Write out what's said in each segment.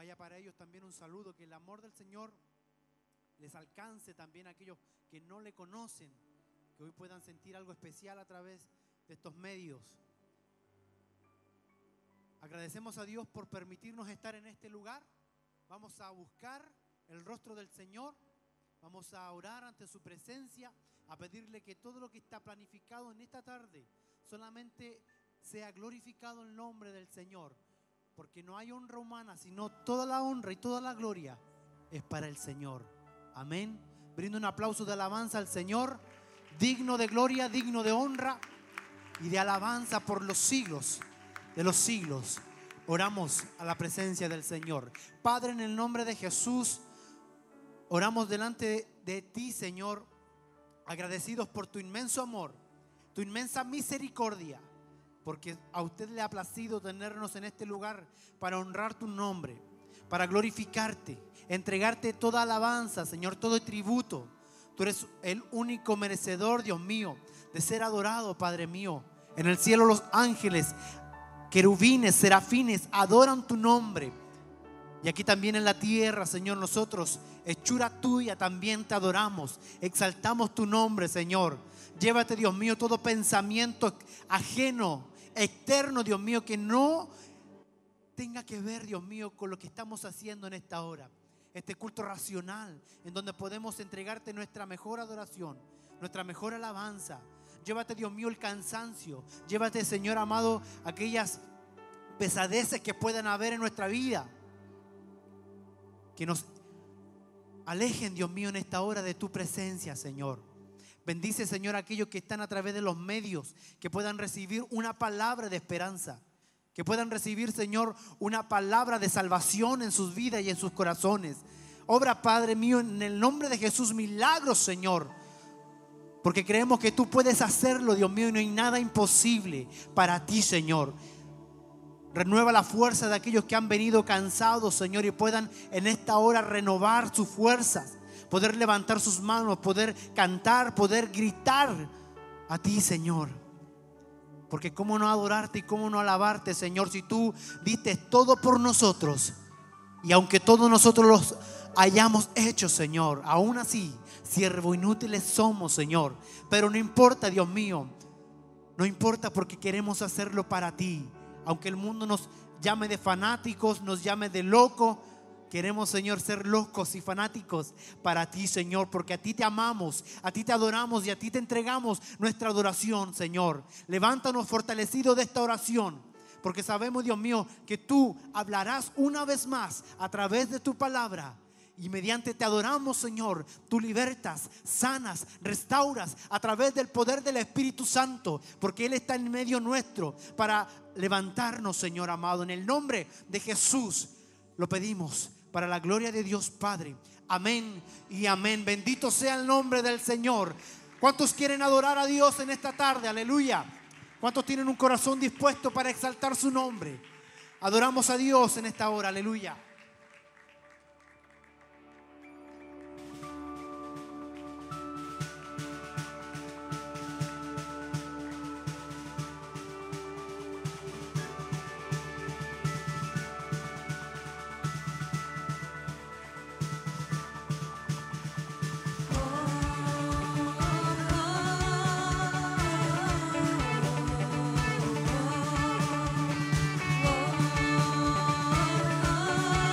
vaya para ellos también un saludo, que el amor del Señor les alcance también a aquellos que no le conocen, que hoy puedan sentir algo especial a través de estos medios. Agradecemos a Dios por permitirnos estar en este lugar. Vamos a buscar el rostro del Señor, vamos a orar ante su presencia, a pedirle que todo lo que está planificado en esta tarde solamente sea glorificado el nombre del Señor, porque no hay honra humana, sino toda la honra y toda la gloria es para el Señor. Amén. Brindo un aplauso de alabanza al Señor, digno de gloria, digno de honra y de alabanza por los siglos de los siglos. Oramos a la presencia del Señor. Padre, en el nombre de Jesús, oramos delante de ti, Señor, agradecidos por tu inmenso amor, tu inmensa misericordia, porque a usted le ha placido tenernos en este lugar para honrar tu nombre, para glorificarte, entregarte toda alabanza, Señor, todo tributo. Tú eres el único merecedor, Dios mío, de ser adorado, Padre mío. En el cielo los ángeles, querubines, serafines adoran tu nombre. Y aquí también en la tierra, Señor, nosotros, hechura tuya, también te adoramos, exaltamos tu nombre, Señor. Llévate, Dios mío, todo pensamiento ajeno, externo, Dios mío, que no tenga que ver, Dios mío, con lo que estamos haciendo en esta hora. Este culto racional, en donde podemos entregarte nuestra mejor adoración, nuestra mejor alabanza. Llévate, Dios mío, el cansancio. Llévate, Señor amado, aquellas pesadeces que puedan haber en nuestra vida, que nos alejen, Dios mío, en esta hora de tu presencia, Señor. Bendice, Señor, a aquellos que están a través de los medios, que puedan recibir una palabra de esperanza, que puedan recibir, Señor, una palabra de salvación en sus vidas y en sus corazones. Obra, Padre mío, en el nombre de Jesús, milagros, Señor, porque creemos que tú puedes hacerlo, Dios mío, y no hay nada imposible para ti, Señor. Renueva la fuerza de aquellos que han venido cansados, Señor, y puedan en esta hora renovar sus fuerzas, poder levantar sus manos, poder cantar, poder gritar a ti, Señor. Porque cómo no adorarte y cómo no alabarte, Señor, si tú diste todo por nosotros. Y aunque todos nosotros los hayamos hecho, Señor, aún así, siervos inútiles somos, Señor. Pero no importa, Dios mío, no importa, porque queremos hacerlo para ti. Aunque el mundo nos llame de fanáticos, nos llame de locos, queremos, Señor, ser locos y fanáticos para ti, Señor, porque a ti te amamos, a ti te adoramos y a ti te entregamos nuestra adoración, Señor. Levántanos fortalecidos de esta oración, porque sabemos, Dios mío, que tú hablarás una vez más a través de tu palabra. Y mediante te adoramos, Señor, tú libertas, sanas, restauras a través del poder del Espíritu Santo, porque Él está en medio nuestro para levantarnos, Señor amado. En el nombre de Jesús lo pedimos para la gloria de Dios Padre. Amén y amén. Bendito sea el nombre del Señor. ¿Cuántos quieren adorar a Dios en esta tarde? Aleluya. ¿Cuántos tienen un corazón dispuesto para exaltar su nombre? Adoramos a Dios en esta hora. Aleluya. Oh,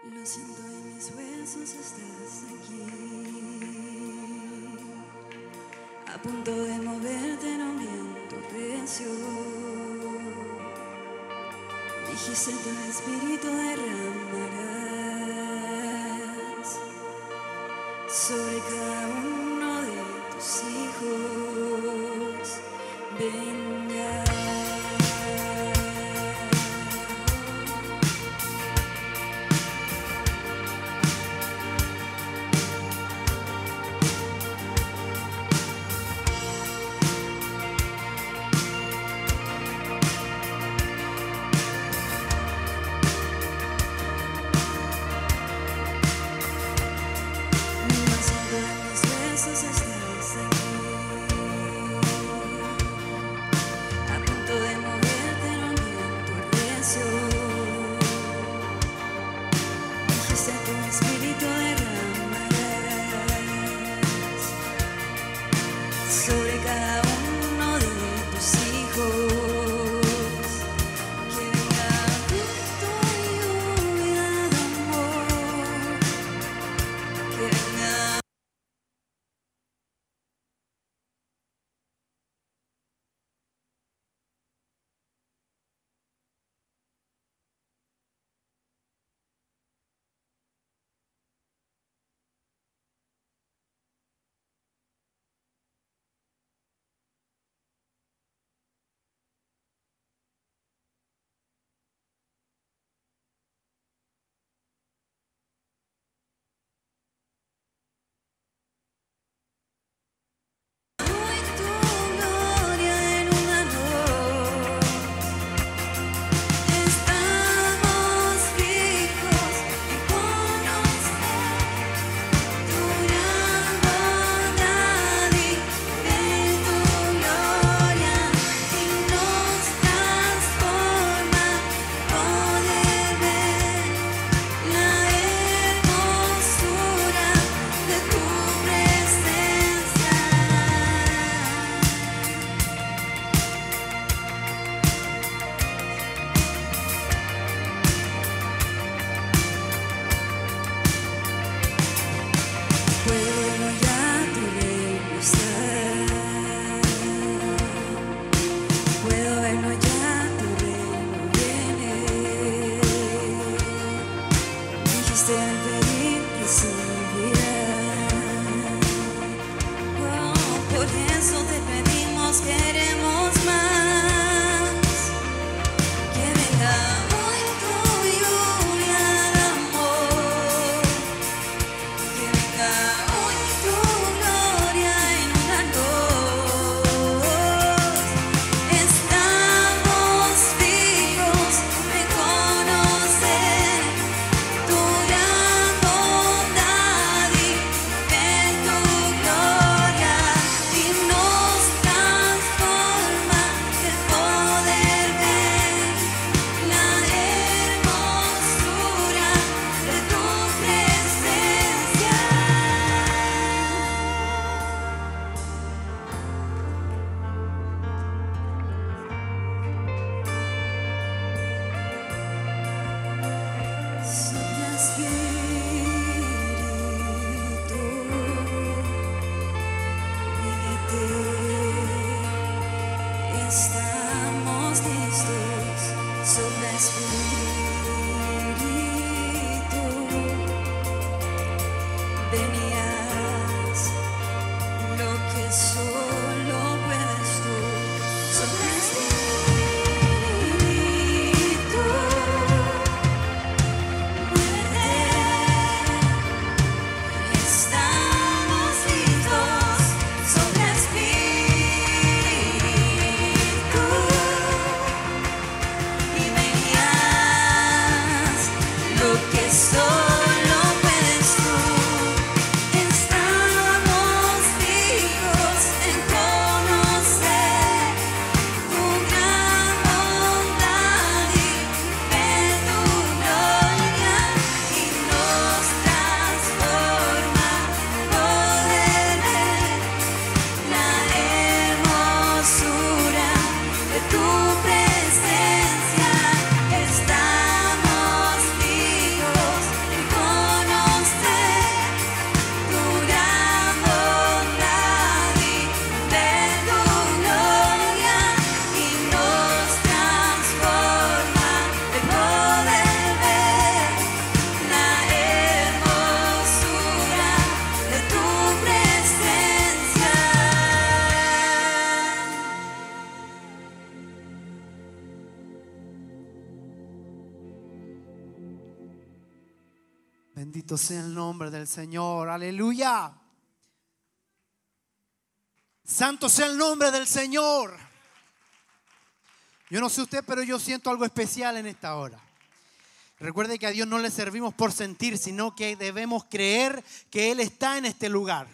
Lo siento, en mis huesos estás aquí, a punto de moverte en un viento recio. Dijiste tu espíritu derramarás sobre cada uno de tus hijos. Venga. Sobre cada uno de tus hijos, que venga viento y lluvia de amor, que venga. Por eso te pedimos, queremos más, que venga hoy tu lluvia de amor, que venga hoy tu gloria inundarnos. Estamos fijos de conocer tu gran bondad. Bendito sea el nombre del Señor. Aleluya. Santo sea el nombre del Señor. Yo no sé usted, pero yo siento algo especial en esta hora. Recuerde que a Dios no le servimos por sentir, sino que debemos creer que Él está en este lugar.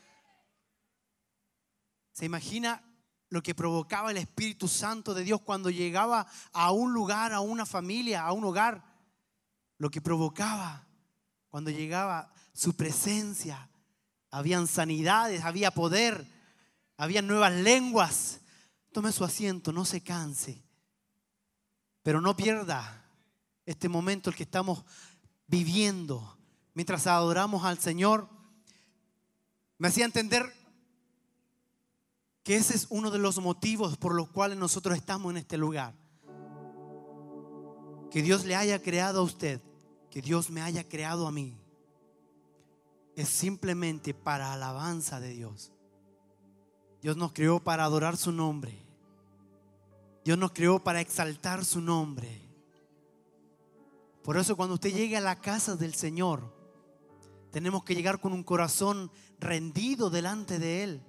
¿Se imagina lo que provocaba el Espíritu Santo de Dios cuando llegaba a un lugar, a una familia, a un hogar? Lo que provocaba cuando llegaba su presencia. Habían sanidades, había poder, había nuevas lenguas. Tome su asiento, no se canse, pero no pierda este momento el que estamos viviendo mientras adoramos al Señor. Me hacía entender que ese es uno de los motivos por los cuales nosotros estamos en este lugar. Que Dios le haya creado a usted, que Dios me haya creado a mí, es simplemente para alabanza de Dios. Dios nos creó para adorar su nombre. Dios nos creó para exaltar su nombre. Por eso cuando usted llegue a la casa del Señor, tenemos que llegar con un corazón rendido delante de Él.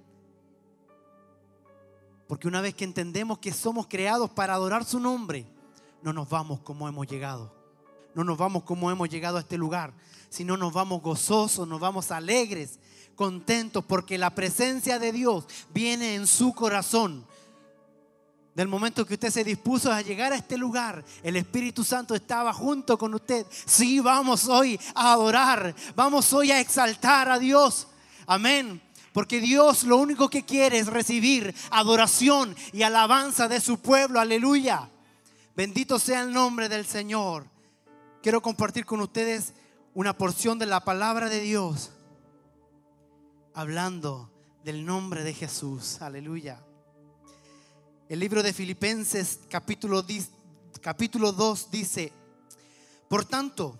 Porque una vez que entendemos que somos creados para adorar su nombre, no nos vamos como hemos llegado. No nos vamos como hemos llegado a este lugar, sino nos vamos gozosos, nos vamos alegres, contentos, porque la presencia de Dios viene en su corazón. Del momento que usted se dispuso a llegar a este lugar, el Espíritu Santo estaba junto con usted. Sí, vamos hoy a adorar, vamos hoy a exaltar a Dios. Amén. Porque Dios lo único que quiere es recibir adoración y alabanza de su pueblo. Aleluya. Bendito sea el nombre del Señor. Quiero compartir con ustedes una porción de la palabra de Dios, hablando del nombre de Jesús. Aleluya. El libro de Filipenses capítulo 2 dice: por tanto,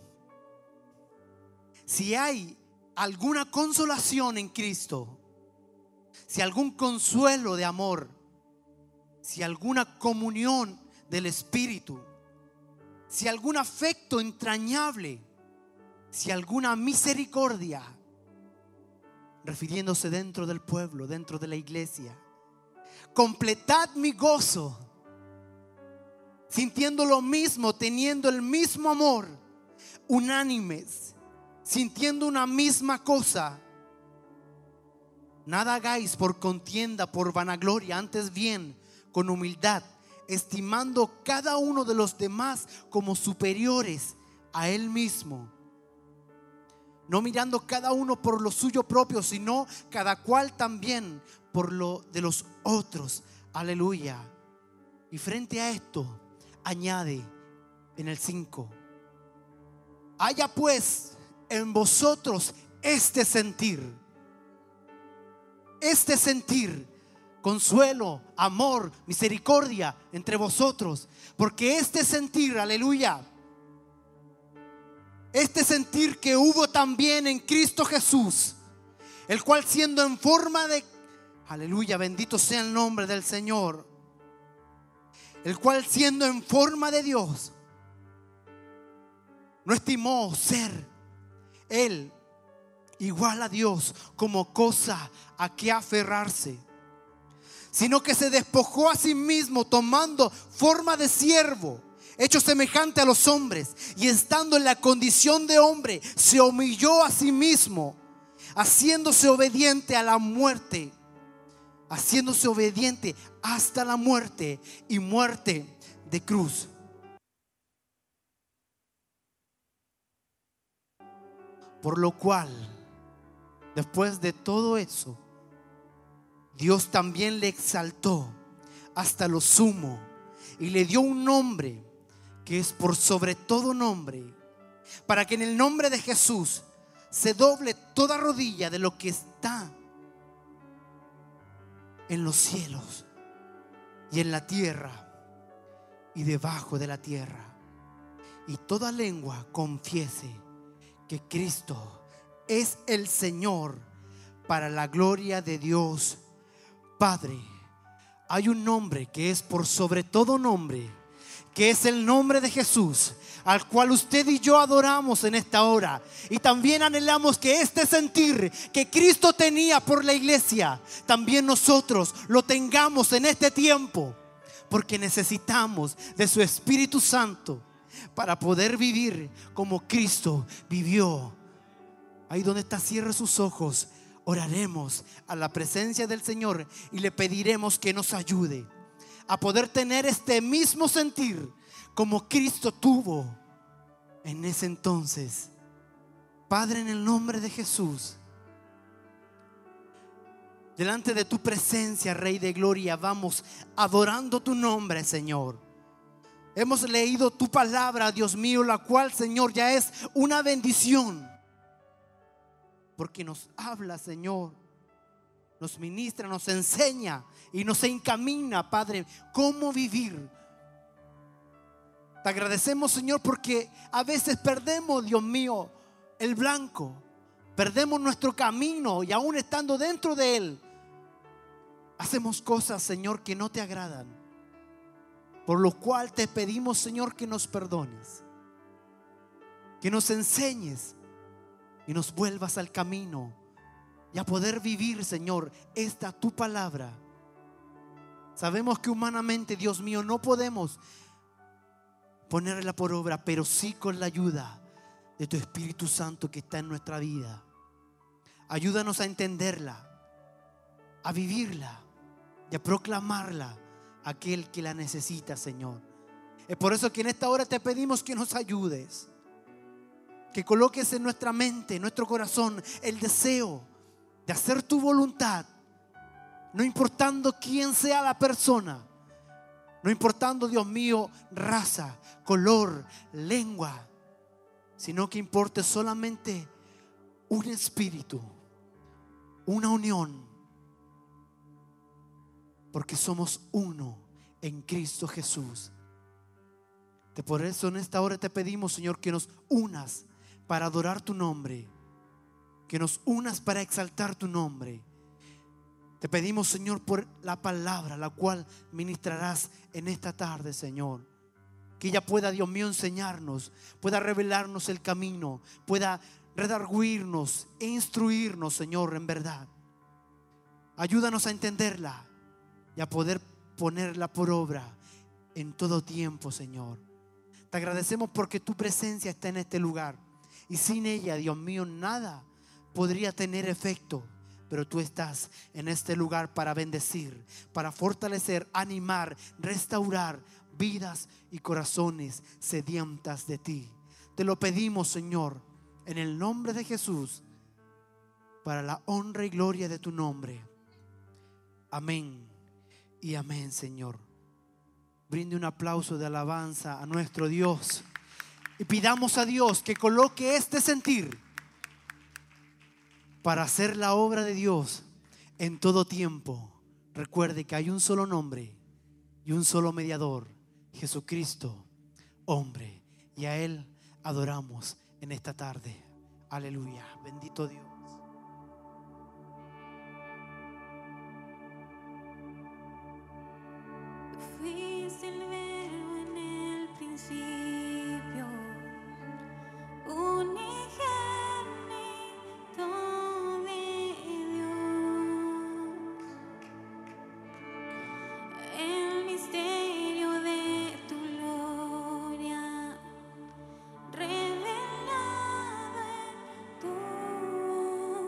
si hay alguna consolación en Cristo, si algún consuelo de amor, si alguna comunión del Espíritu, si algún afecto entrañable, si alguna misericordia, refiriéndose dentro del pueblo, dentro de la iglesia, completad mi gozo, sintiendo lo mismo, teniendo el mismo amor, unánimes, sintiendo una misma cosa. Nada hagáis por contienda, por vanagloria, antes bien con humildad, estimando cada uno de los demás como superiores a él mismo, no mirando cada uno por lo suyo propio, sino cada cual también por lo de los otros. Aleluya. Y frente a esto añade en el 5: haya pues en vosotros este sentir, consuelo, amor, misericordia entre vosotros. Porque este sentir, aleluya, este sentir que hubo también en Cristo Jesús, el cual siendo en forma de, aleluya, bendito sea el nombre del Señor, el cual siendo en forma de Dios, no estimó ser Él igual a Dios como cosa a que aferrarse, sino que se despojó a sí mismo, tomando forma de siervo, hecho semejante a los hombres, y estando en la condición de hombre, se humilló a sí mismo, haciéndose obediente a la muerte, haciéndose obediente hasta la muerte, y muerte de cruz. Por lo cual, después de todo eso, Dios también le exaltó hasta lo sumo y le dio un nombre que es por sobre todo nombre, para que en el nombre de Jesús se doble toda rodilla de lo que está en los cielos y en la tierra y debajo de la tierra, y toda lengua confiese que Cristo es el Señor, para la gloria de Dios Padre. Hay un nombre que es por sobre todo nombre, que es el nombre de Jesús, al cual usted y yo adoramos en esta hora. Y también anhelamos que este sentir que Cristo tenía por la iglesia, también nosotros lo tengamos en este tiempo, porque necesitamos de su Espíritu Santo para poder vivir como Cristo vivió. Ahí donde está, cierre sus ojos. Oraremos a la presencia del Señor y le pediremos que nos ayude a poder tener este mismo sentir como Cristo tuvo en ese entonces. Padre, en el nombre de Jesús, delante de tu presencia, Rey de Gloria, vamos adorando tu nombre, Señor. Hemos leído tu palabra, Dios mío, la cual, Señor, ya es una bendición, porque nos habla, Señor, nos ministra, nos enseña y nos encamina, Padre, cómo vivir. Te agradecemos, Señor, porque a veces perdemos, Dios mío, el blanco, perdemos nuestro camino, y aún estando dentro de él, hacemos cosas, Señor, que no te agradan, por lo cual te pedimos, Señor, que nos perdones, que nos enseñes y nos vuelvas al camino y a poder vivir, Señor, esta tu palabra. Sabemos que humanamente, Dios mío, no podemos ponerla por obra, pero sí con la ayuda de tu Espíritu Santo que está en nuestra vida. Ayúdanos a entenderla, a vivirla y a proclamarla a aquel que la necesita, Señor. Es por eso que en esta hora te pedimos que nos ayudes, que coloques en nuestra mente, en nuestro corazón, el deseo de hacer tu voluntad, no importando quién sea la persona, no importando, Dios mío, raza, color, lengua, sino que importe solamente un espíritu, una unión, porque somos uno en Cristo Jesús. Por eso en esta hora te pedimos, Señor, que nos unas para adorar tu nombre, que nos unas para exaltar tu nombre. Te pedimos, Señor, por la palabra la cual ministrarás en esta tarde, Señor, que ella pueda, Dios mío, enseñarnos, pueda revelarnos el camino, pueda redarguirnos e instruirnos, Señor, en verdad. Ayúdanos a entenderla y a poder ponerla por obra en todo tiempo, Señor. Te agradecemos porque tu presencia está en este lugar, y sin ella, Dios mío, nada podría tener efecto. Pero tú estás en este lugar para bendecir, para fortalecer, animar, restaurar vidas y corazones sedientas de ti. Te lo pedimos, Señor, en el nombre de Jesús, para la honra y gloria de tu nombre. Amén y amén, Señor. Brinde un aplauso de alabanza a nuestro Dios y pidamos a Dios que coloque este sentir para hacer la obra de Dios en todo tiempo. Recuerde que hay un solo nombre y un solo mediador, Jesucristo, hombre, y a Él adoramos en esta tarde. Aleluya, bendito Dios. Fuiste el verbo en el principio, unigénito de Dios, el misterio de tu gloria, revelado en tu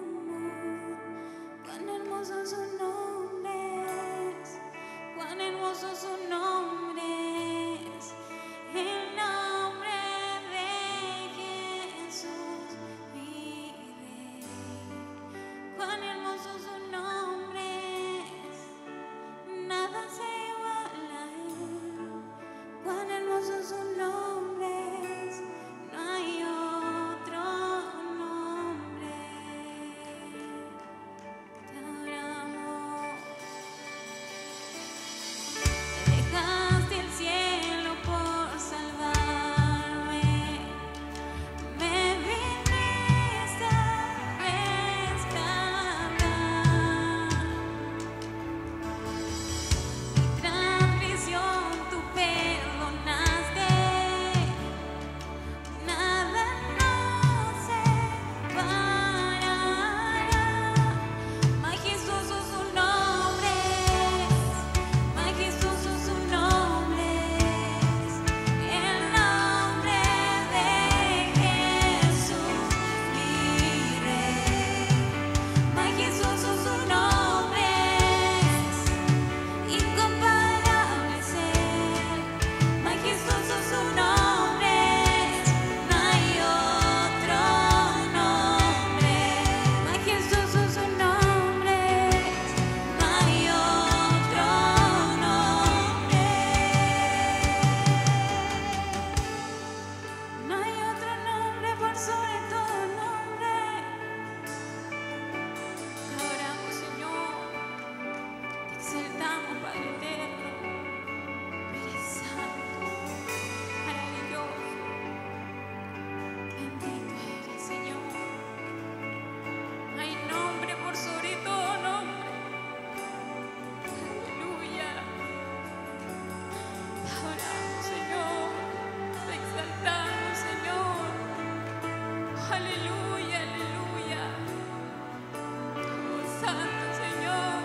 Aleluya, aleluya. Oh, Santo Señor.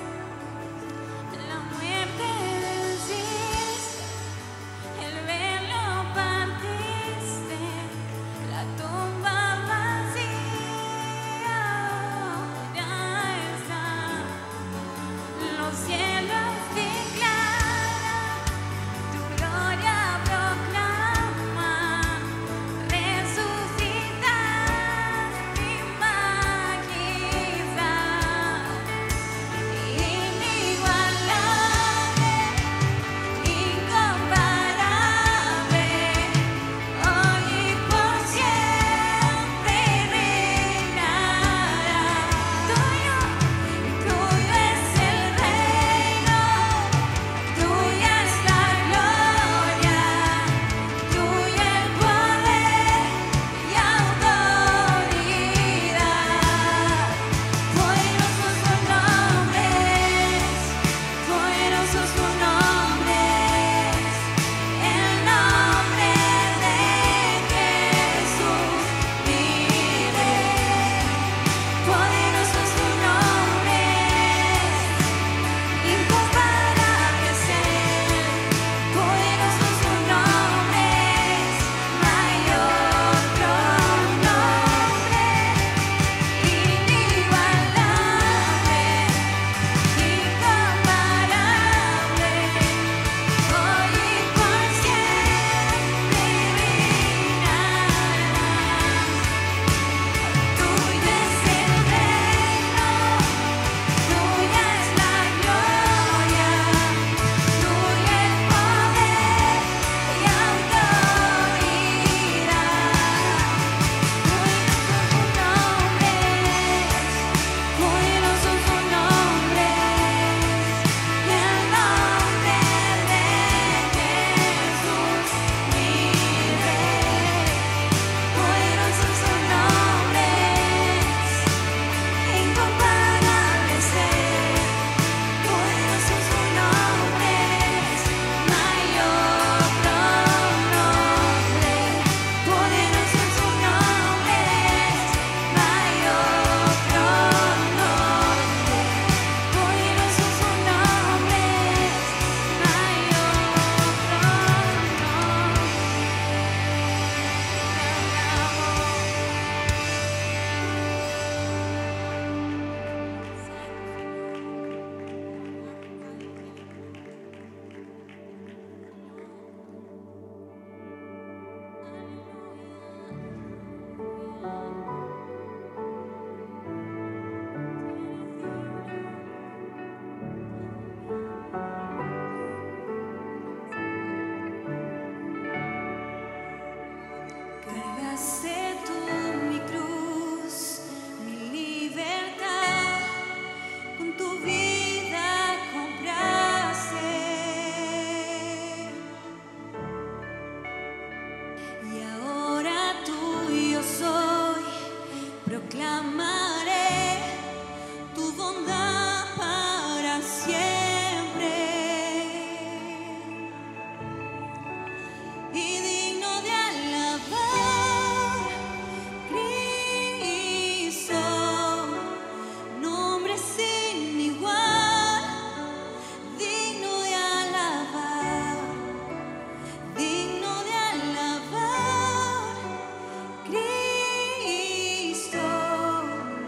La muerte venciste, el velo partiste, la tumba vacía ya está. Los cielos declaran, tu gloria proclaman, resucitas mi majestad, inigualable, incomparable, hoy y por siempre reinará. Tuyo es el reino, tuya es la gloria, tuyo el poder y autoridad. Poderosos tus nombres, poderosos tus nombres, el nombre de Jesús mi Rey. Poderosos tus nombres, incomparables Él. Poderosos tus nombres, no hay otro nombre, inigualable, incomparable, hoy y por siempre reinará. Tuyo es el reino, tuya es la gloria, tuyo el poder y autoridad. Poderosos tus nombres, y el nombre de Jesús mi Rey. Poderosos tus nombres, incomparables Él. Poderosos tus nombres, no hay otro nombre. Poderosos tus nombres, no hay otro nombre. Poderosos tus nombres, no hay Cargaste tú mi cruz, mi libertad, con tu vida compraste. Y ahora tuyo soy, proclamaré tu bondad para siempre. Y digno de alabar, Cristo, nombre sin igual, digno de alabar, Cristo,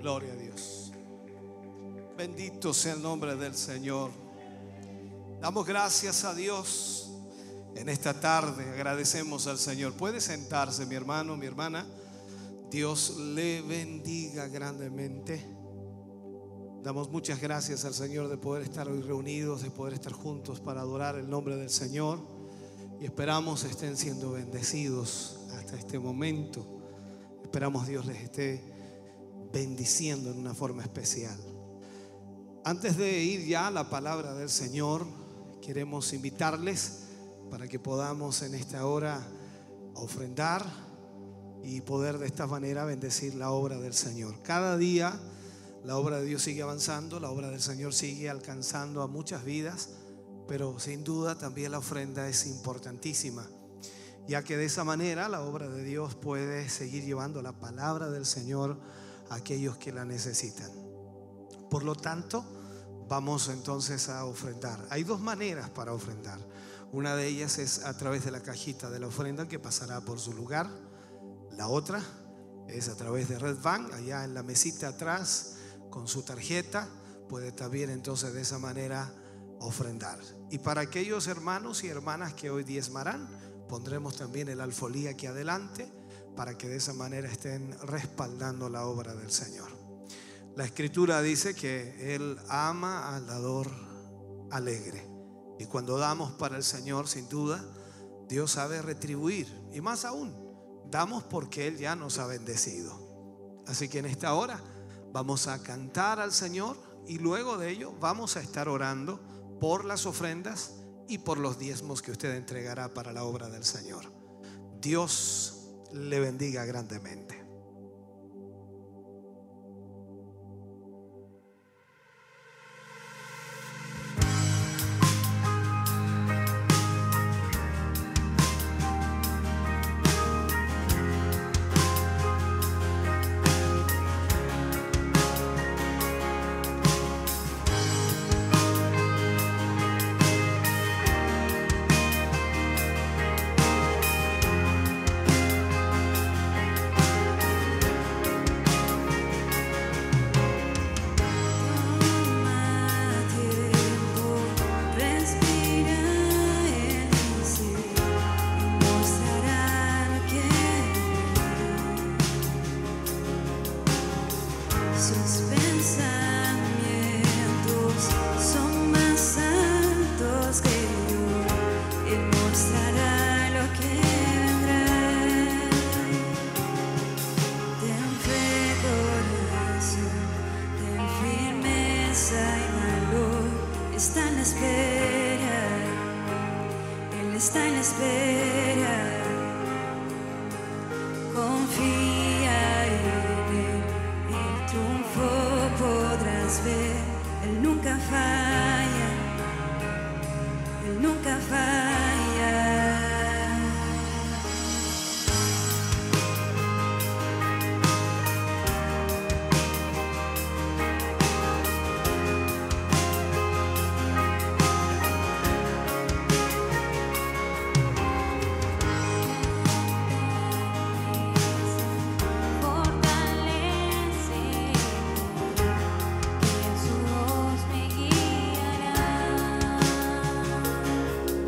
Gloria a Dios. Bendito sea el nombre del Señor. Damos gracias a Dios en esta tarde. Agradecemos al Señor. Puede sentarse, mi hermano, mi hermana. Dios le bendiga grandemente. Damos muchas gracias al Señor de poder estar hoy reunidos, de poder estar juntos para adorar el nombre del Señor. Y esperamos estén siendo bendecidos hasta este momento. Esperamos Dios les esté bendiciendo en una forma especial. Antes de ir ya a la palabra del Señor, queremos invitarles para que podamos en esta hora ofrendar y poder de esta manera bendecir la obra del Señor. Cada día la obra de Dios sigue avanzando, la obra del Señor sigue alcanzando a muchas vidas, pero sin duda también la ofrenda es importantísima, ya que de esa manera la obra de Dios puede seguir llevando la palabra del Señor a aquellos que la necesitan. Por lo tanto, vamos entonces a ofrendar. Hay dos maneras para ofrendar. Una de ellas es a través de la cajita de la ofrenda que pasará por su lugar. La otra es a través de Red Bank, allá en la mesita atrás, con su tarjeta. Puede también entonces de esa manera ofrendar. Y para aquellos hermanos y hermanas que hoy diezmarán, pondremos también el alfolí aquí adelante para que de esa manera estén respaldando la obra del Señor. La Escritura dice que Él ama al dador alegre. Y cuando damos para el Señor, sin duda, Dios sabe retribuir. Y más aún, damos porque Él ya nos ha bendecido. Así que en esta hora vamos a cantar al Señor y luego de ello vamos a estar orando por las ofrendas y por los diezmos que usted entregará para la obra del Señor. Dios le bendiga grandemente. Su voz me guiará.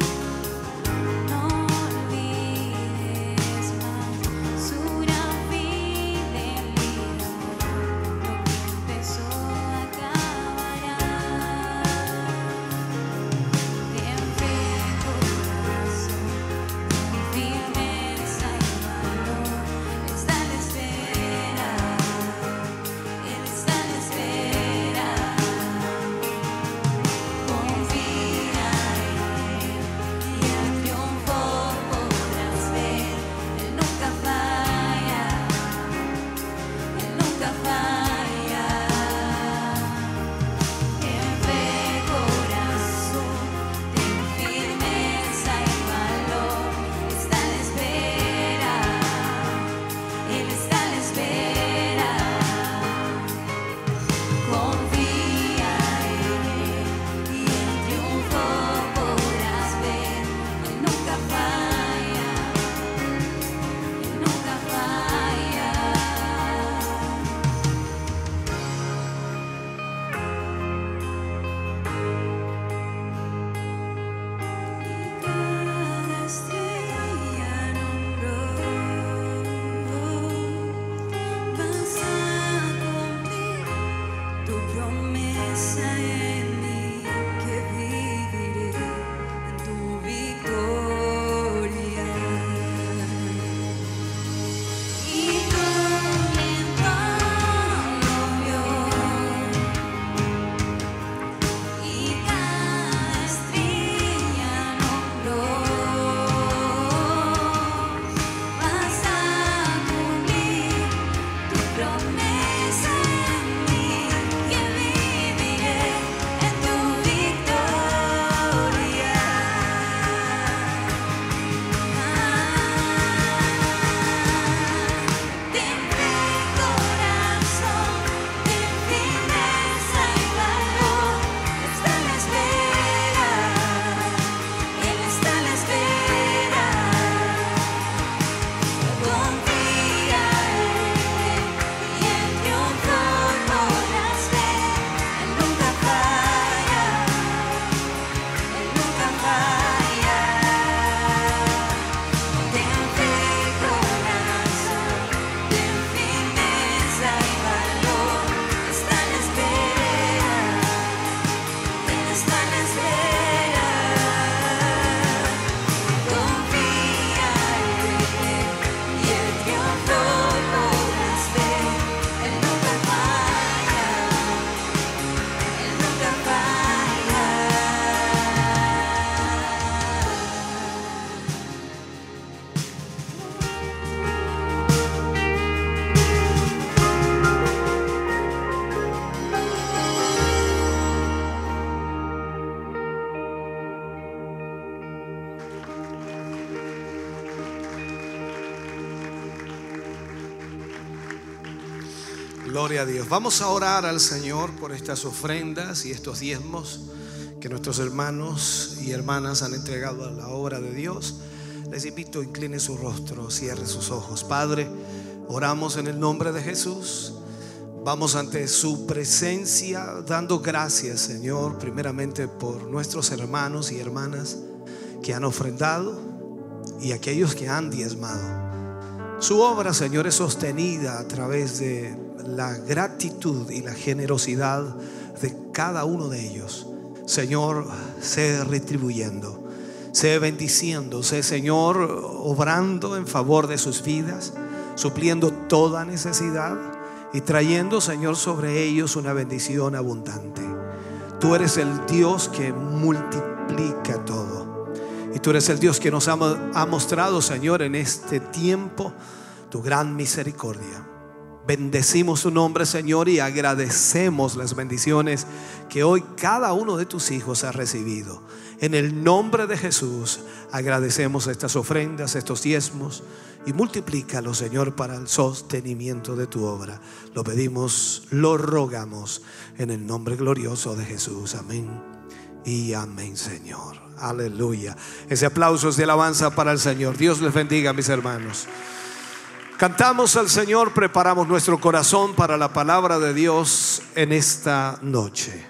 Gloria a Dios. Vamos a orar al Señor por estas ofrendas y estos diezmos que nuestros hermanos y hermanas han entregado a la obra de Dios. Les invito, incline su rostro, cierre sus ojos. Padre, oramos en el nombre de Jesús. Vamos ante su presencia dando gracias, Señor, primeramente por nuestros hermanos y hermanas que han ofrendado y aquellos que han diezmado. Su obra, Señor, es sostenida a través de la gratitud y la generosidad de cada uno de ellos. Señor, sé retribuyendo, sé bendiciendo, sé, Señor, obrando en favor de sus vidas, supliendo toda necesidad y trayendo, Señor, sobre ellos una bendición abundante. Tú eres el Dios que multiplica todo. Y tú eres el Dios que nos ha mostrado, Señor, en este tiempo tu gran misericordia. Bendecimos tu nombre, Señor, y agradecemos las bendiciones que hoy cada uno de tus hijos ha recibido. En el nombre de Jesús agradecemos estas ofrendas, estos diezmos, y multiplícalos, Señor, para el sostenimiento de tu obra. Lo pedimos, lo rogamos en el nombre glorioso de Jesús. Amén y amén, Señor. Aleluya. Ese aplauso es de alabanza para el Señor. Dios les bendiga, mis hermanos. Cantamos al Señor, preparamos nuestro corazón para la palabra de Dios en esta noche.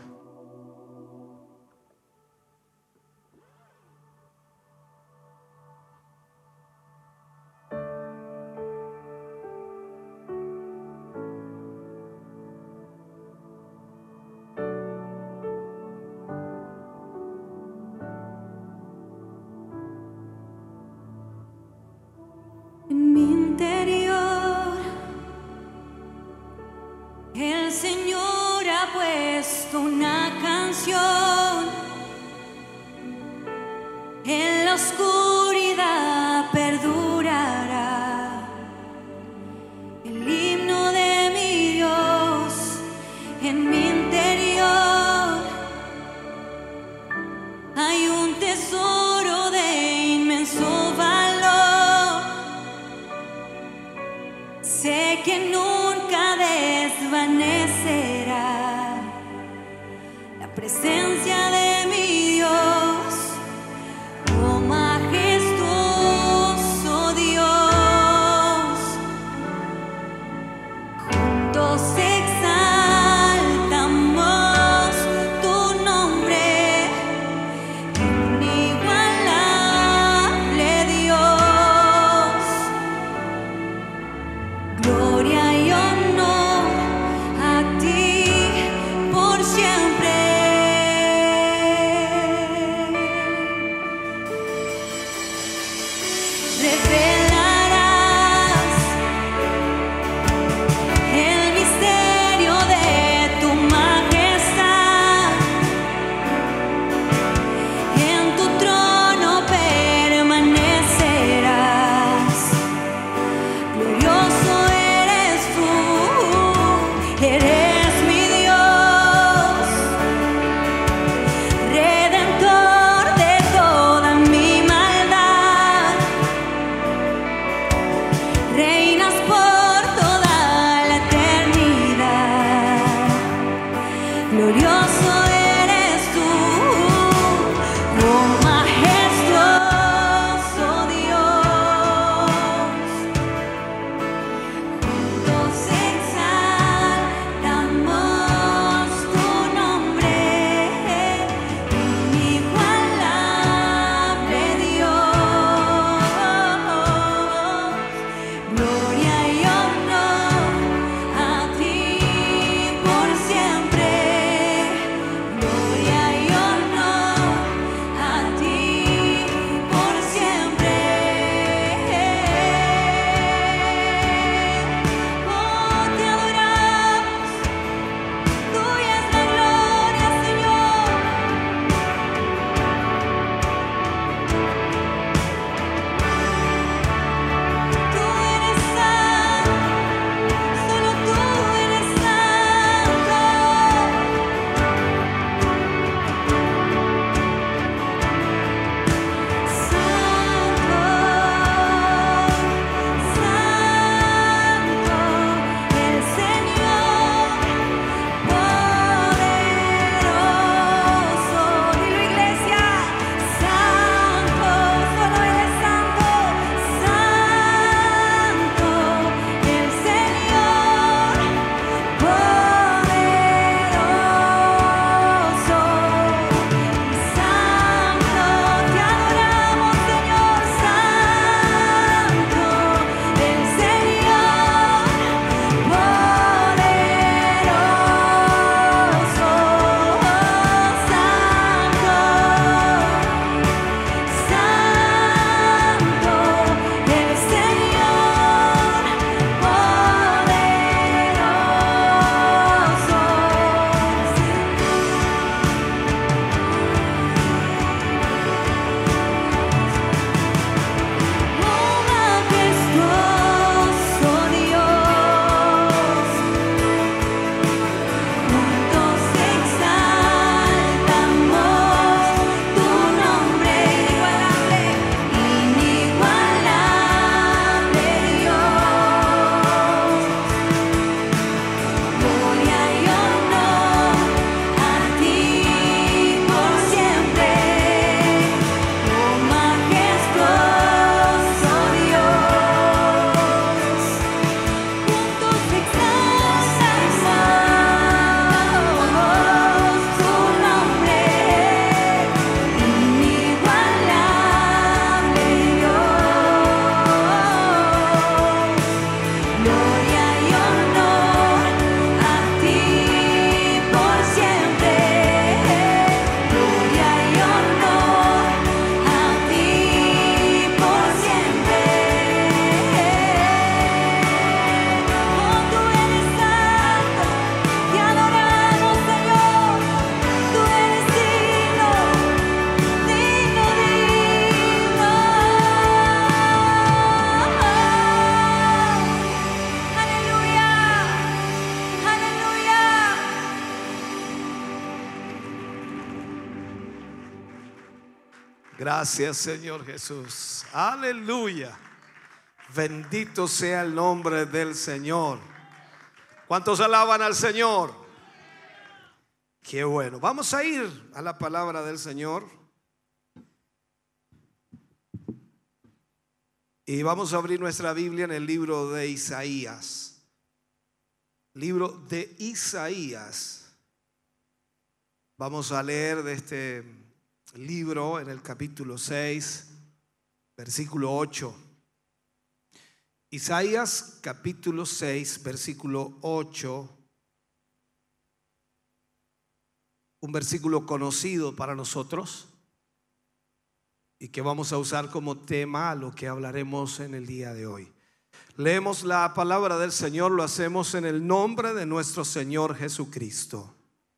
En mi interior, el Señor ha puesto una canción. En la oscuridad perdurará el himno de mi Dios. En mi interior hay un tesoro de inmenso valor. Sé que nunca desvanecerá la presencia de mi Dios. Oh majestad. Gracias, Señor Jesús. Aleluya. Bendito sea el nombre del Señor. ¿Cuántos alaban al Señor? Qué bueno. Vamos a ir a la palabra del Señor. Y vamos a abrir nuestra Biblia en el libro de Isaías. Libro de Isaías. Vamos a leer de este libro en el capítulo 6, versículo 8. Isaías capítulo 6, versículo 8. Un versículo conocido para nosotros y que vamos a usar como tema a lo que hablaremos en el día de hoy. Leemos la palabra del Señor, lo hacemos en el nombre de nuestro Señor Jesucristo.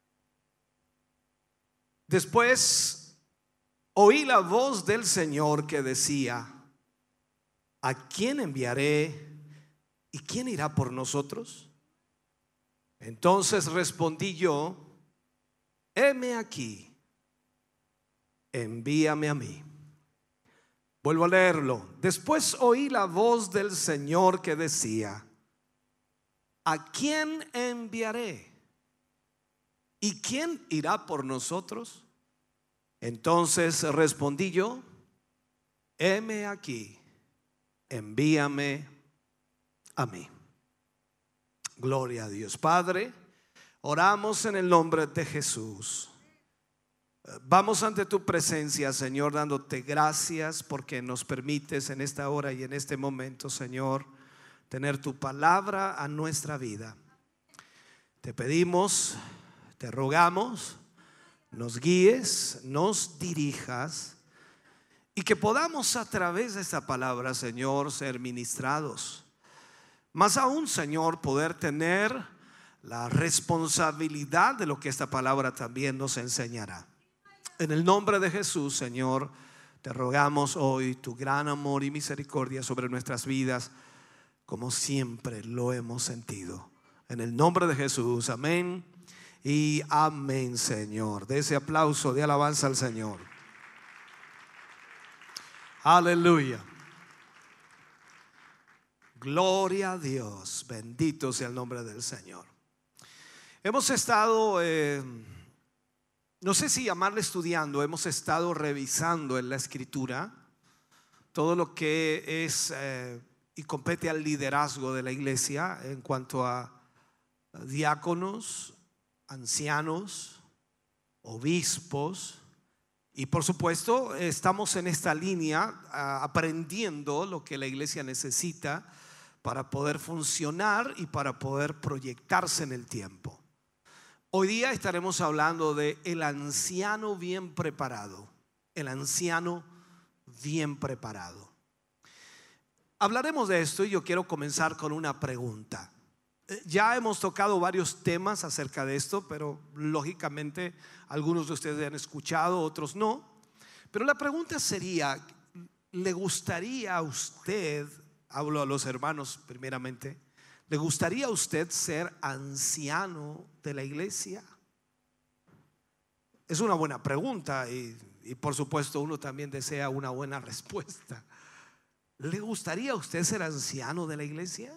Después oí la voz del Señor que decía: ¿a quién enviaré y quién irá por nosotros? Entonces respondí yo: heme aquí, envíame a mí. Vuelvo a leerlo. Después oí la voz del Señor que decía: ¿a quién enviaré? ¿Y quién irá por nosotros? Entonces respondí yo: heme aquí, envíame a mí. Gloria a Dios. Padre, oramos en el nombre de Jesús. Vamos ante tu presencia, Señor, dándote gracias porque nos permites en esta hora y en este momento, Señor, tener tu palabra a nuestra vida. Te pedimos, te rogamos, nos guíes, nos dirijas y que podamos a través de esta palabra, Señor, ser ministrados. Más aún, Señor, poder tener la responsabilidad de lo que esta palabra también nos enseñará. En el nombre de Jesús, Señor, te rogamos hoy tu gran amor y misericordia sobre nuestras vidas, como siempre lo hemos sentido. En el nombre de Jesús, amén y amén, Señor. De ese aplauso de alabanza al Señor. Aleluya. Gloria a Dios. Bendito sea el nombre del Señor. Hemos estado, no sé si llamarle estudiando, hemos estado revisando en la Escritura todo lo que es y compete al liderazgo de la iglesia en cuanto a diáconos, ancianos, obispos. Y por supuesto estamos en esta línea aprendiendo lo que la iglesia necesita para poder funcionar y para poder proyectarse en el tiempo. Hoy día estaremos hablando de el anciano bien preparado. El anciano bien preparado. Hablaremos de esto y yo quiero comenzar con una pregunta. Ya hemos tocado varios temas acerca de esto, pero lógicamente algunos de ustedes han escuchado, otros no. Pero la pregunta sería: ¿le gustaría a usted, hablo a los hermanos primeramente, ¿le gustaría a usted ser anciano de la iglesia? Es una buena pregunta y por supuesto uno también desea una buena respuesta. ¿Le gustaría a usted ser anciano de la iglesia?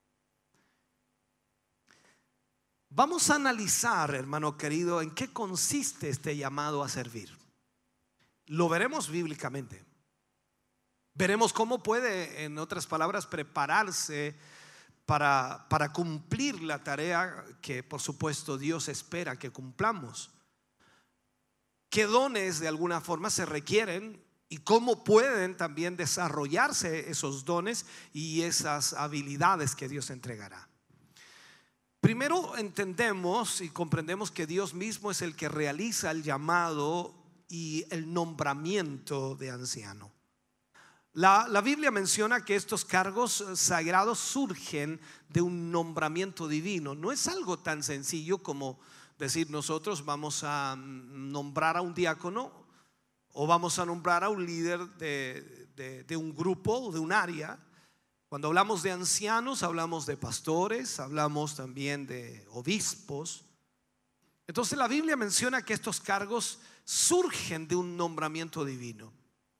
Vamos a analizar, hermano querido, en qué consiste este llamado a servir. Lo veremos bíblicamente. Veremos cómo puede, en otras palabras, prepararse para cumplir la tarea que por supuesto Dios espera que cumplamos. ¿Qué dones de alguna forma se requieren y cómo pueden también desarrollarse esos dones y esas habilidades que Dios entregará? Primero entendemos y comprendemos que Dios mismo es el que realiza el llamado y el nombramiento de anciano. La Biblia menciona que estos cargos sagrados surgen de un nombramiento divino. No es algo tan sencillo como decir nosotros vamos a nombrar a un diácono o vamos a nombrar a un líder de un grupo o de un área. Cuando hablamos de ancianos, hablamos de pastores, hablamos también de obispos. Entonces la Biblia menciona que estos cargos surgen de un nombramiento divino.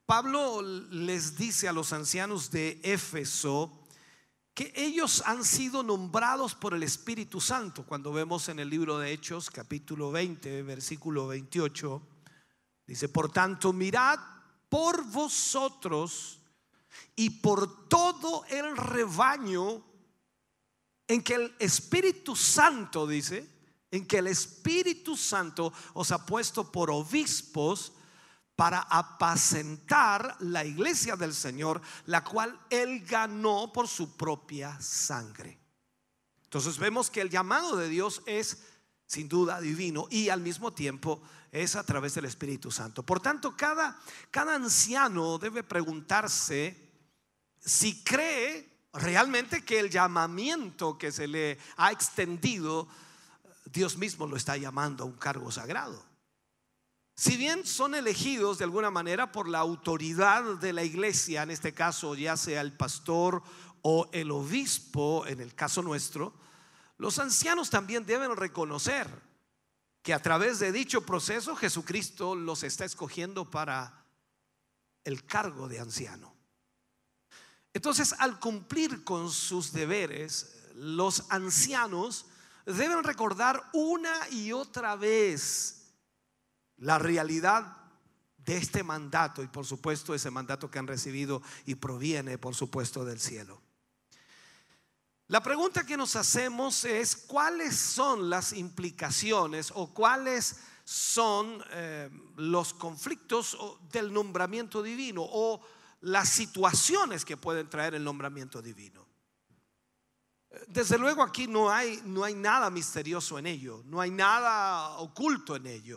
Pablo les dice a los ancianos de Éfeso que ellos han sido nombrados por el Espíritu Santo. Cuando vemos en el libro de Hechos, capítulo 20, versículo 28, dice: por tanto, mirad por vosotros y por todo el rebaño en que el Espíritu Santo, dice, en que el Espíritu Santo os ha puesto por obispos para apacentar la iglesia del Señor, la cual Él ganó por su propia sangre. Entonces vemos que el llamado de Dios es sin duda divino y al mismo tiempo es a través del Espíritu Santo. Por tanto, cada anciano debe preguntarse si cree realmente que el llamamiento que se le ha extendido, Dios mismo lo está llamando a un cargo sagrado. Si bien son elegidos de alguna manera por la autoridad de la iglesia, en este caso ya sea el pastor o el obispo, en el caso nuestro, los ancianos también deben reconocer que a través de dicho proceso Jesucristo los está escogiendo para el cargo de anciano. Entonces, al cumplir con sus deberes, los ancianos deben recordar una y otra vez la realidad de este mandato y por supuesto ese mandato que han recibido y proviene por supuesto del cielo. La pregunta que nos hacemos es: ¿cuáles son las implicaciones o cuáles son los conflictos del nombramiento divino o las situaciones que pueden traer el nombramiento divino? Desde luego aquí no hay nada misterioso en ello, no hay nada oculto en ello.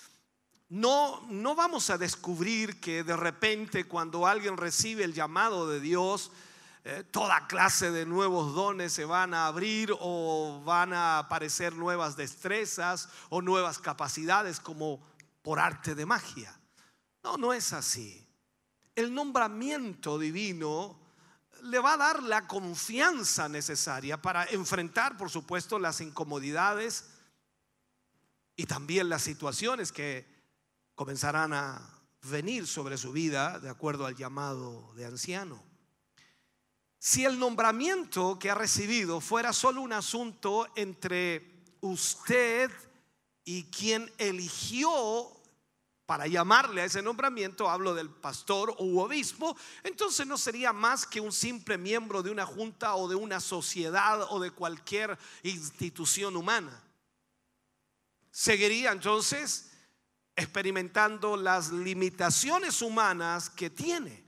No vamos a descubrir que de repente cuando alguien recibe el llamado de Dios, toda clase de nuevos dones se van a abrir o van a aparecer nuevas destrezas o nuevas capacidades como por arte de magia. No es así. El nombramiento divino le va a dar la confianza necesaria para enfrentar, por supuesto, las incomodidades y también las situaciones que comenzarán a venir sobre su vida de acuerdo al llamado de anciano. Si el nombramiento que ha recibido fuera solo un asunto entre usted y quien eligió para llamarle a ese nombramiento, hablo del pastor u obispo, entonces no sería más que un simple miembro de una junta o de una sociedad o de cualquier institución humana. Seguiría entonces experimentando las limitaciones humanas que tiene.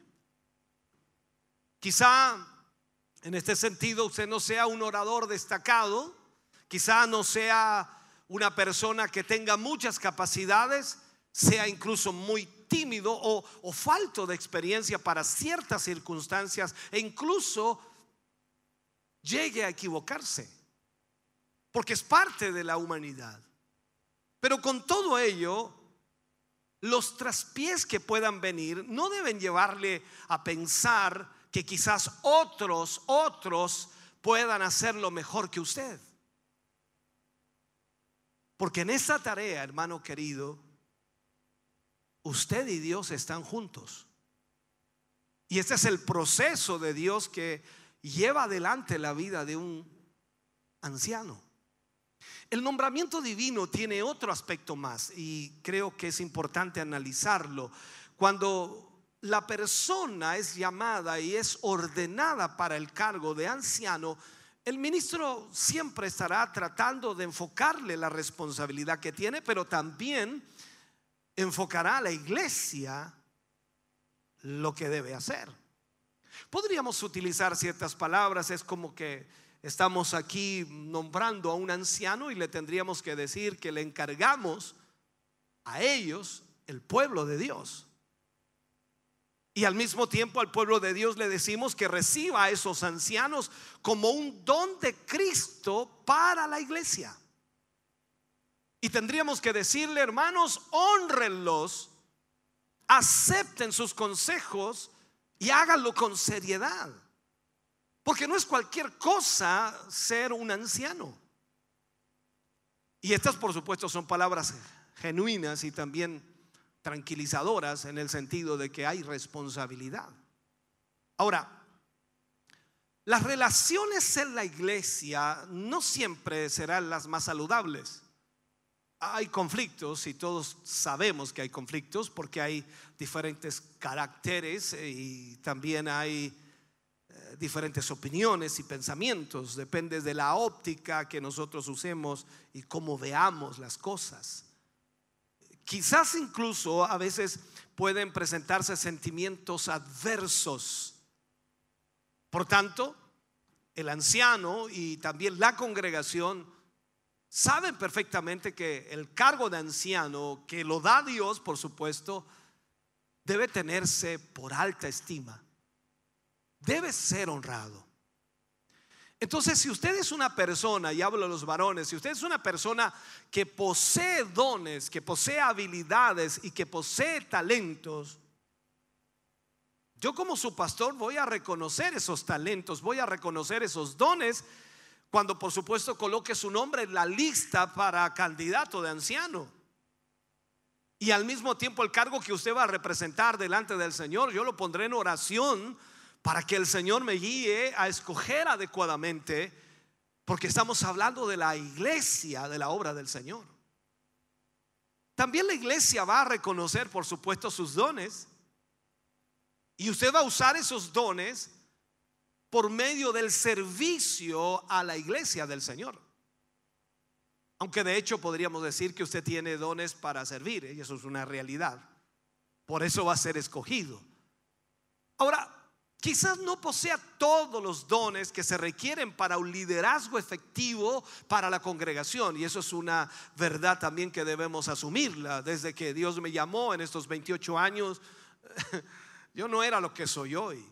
Quizá en este sentido usted no sea un orador destacado, quizá no sea una persona que tenga muchas capacidades, sea incluso muy tímido o falto de experiencia para ciertas circunstancias e incluso llegue a equivocarse, porque es parte de la humanidad. Pero con todo ello, los traspiés que puedan venir no deben llevarle a pensar que quizás otros puedan hacerlo mejor que usted. Porque en esta tarea, hermano querido, usted y Dios están juntos. Y este es el proceso de Dios que lleva adelante la vida de un anciano. El nombramiento divino tiene otro aspecto más y creo que es importante analizarlo. Cuando la persona es llamada y es ordenada para el cargo de anciano, el ministro siempre estará tratando de enfocarle la responsabilidad que tiene, pero también enfocará a la iglesia lo que debe hacer. Podríamos utilizar ciertas palabras, es como que estamos aquí nombrando a un anciano y le tendríamos que decir que le encargamos a ellos el pueblo de Dios. Y al mismo tiempo al pueblo de Dios le decimos que reciba a esos ancianos como un don de Cristo para la iglesia. Y tendríamos que decirle: hermanos, honrenlos, acepten sus consejos y háganlo con seriedad. Porque no es cualquier cosa ser un anciano. Y estas, por supuesto, son palabras genuinas y también tranquilizadoras en el sentido de que hay responsabilidad. Ahora, las relaciones en la iglesia no siempre serán las más saludables. Hay conflictos y todos sabemos que hay conflictos porque hay diferentes caracteres y también hay diferentes opiniones y pensamientos. Depende de la óptica que nosotros usemos y cómo veamos las cosas. Quizás incluso a veces pueden presentarse sentimientos adversos. Por tanto, el anciano y también la congregación saben perfectamente que el cargo de anciano, que lo da Dios, por supuesto, debe tenerse por alta estima. Debe ser honrado. Entonces, si usted es una persona, y hablo de los varones, si usted es una persona que posee dones, que posee habilidades y que posee talentos, yo como su pastor voy a reconocer esos talentos, voy a reconocer esos dones cuando por supuesto coloque su nombre en la lista para candidato de anciano. Y al mismo tiempo el cargo que usted va a representar delante del Señor, yo lo pondré en oración para que el Señor me guíe a escoger adecuadamente, porque estamos hablando de la iglesia, de la obra del Señor. También la iglesia va a reconocer por supuesto sus dones. Y usted va a usar esos dones por medio del servicio a la iglesia del Señor. Aunque de hecho podríamos decir que usted tiene dones para servir, y eso es una realidad. Por eso va a ser escogido. Ahora, quizás no posea todos los dones que se requieren para un liderazgo efectivo para la congregación. Y eso es una verdad también que debemos asumirla. Desde que Dios me llamó en estos 28 años, yo no era lo que soy hoy.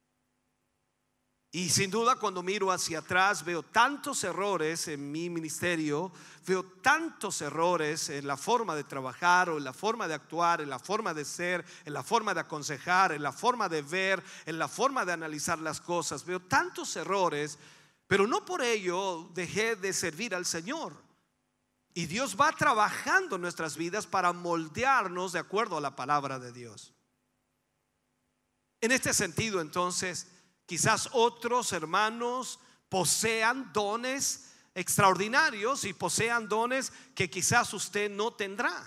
Y sin duda cuando miro hacia atrás veo tantos errores en mi ministerio, veo tantos errores en la forma de trabajar o en la forma de actuar, en la forma de ser, en la forma de aconsejar, en la forma de ver, en la forma de analizar las cosas. Veo tantos errores, pero no por ello dejé de servir al Señor. Y Dios va trabajando en nuestras vidas para moldearnos de acuerdo a la palabra de Dios. En este sentido, entonces, quizás otros hermanos posean dones extraordinarios y posean dones que quizás usted no tendrá.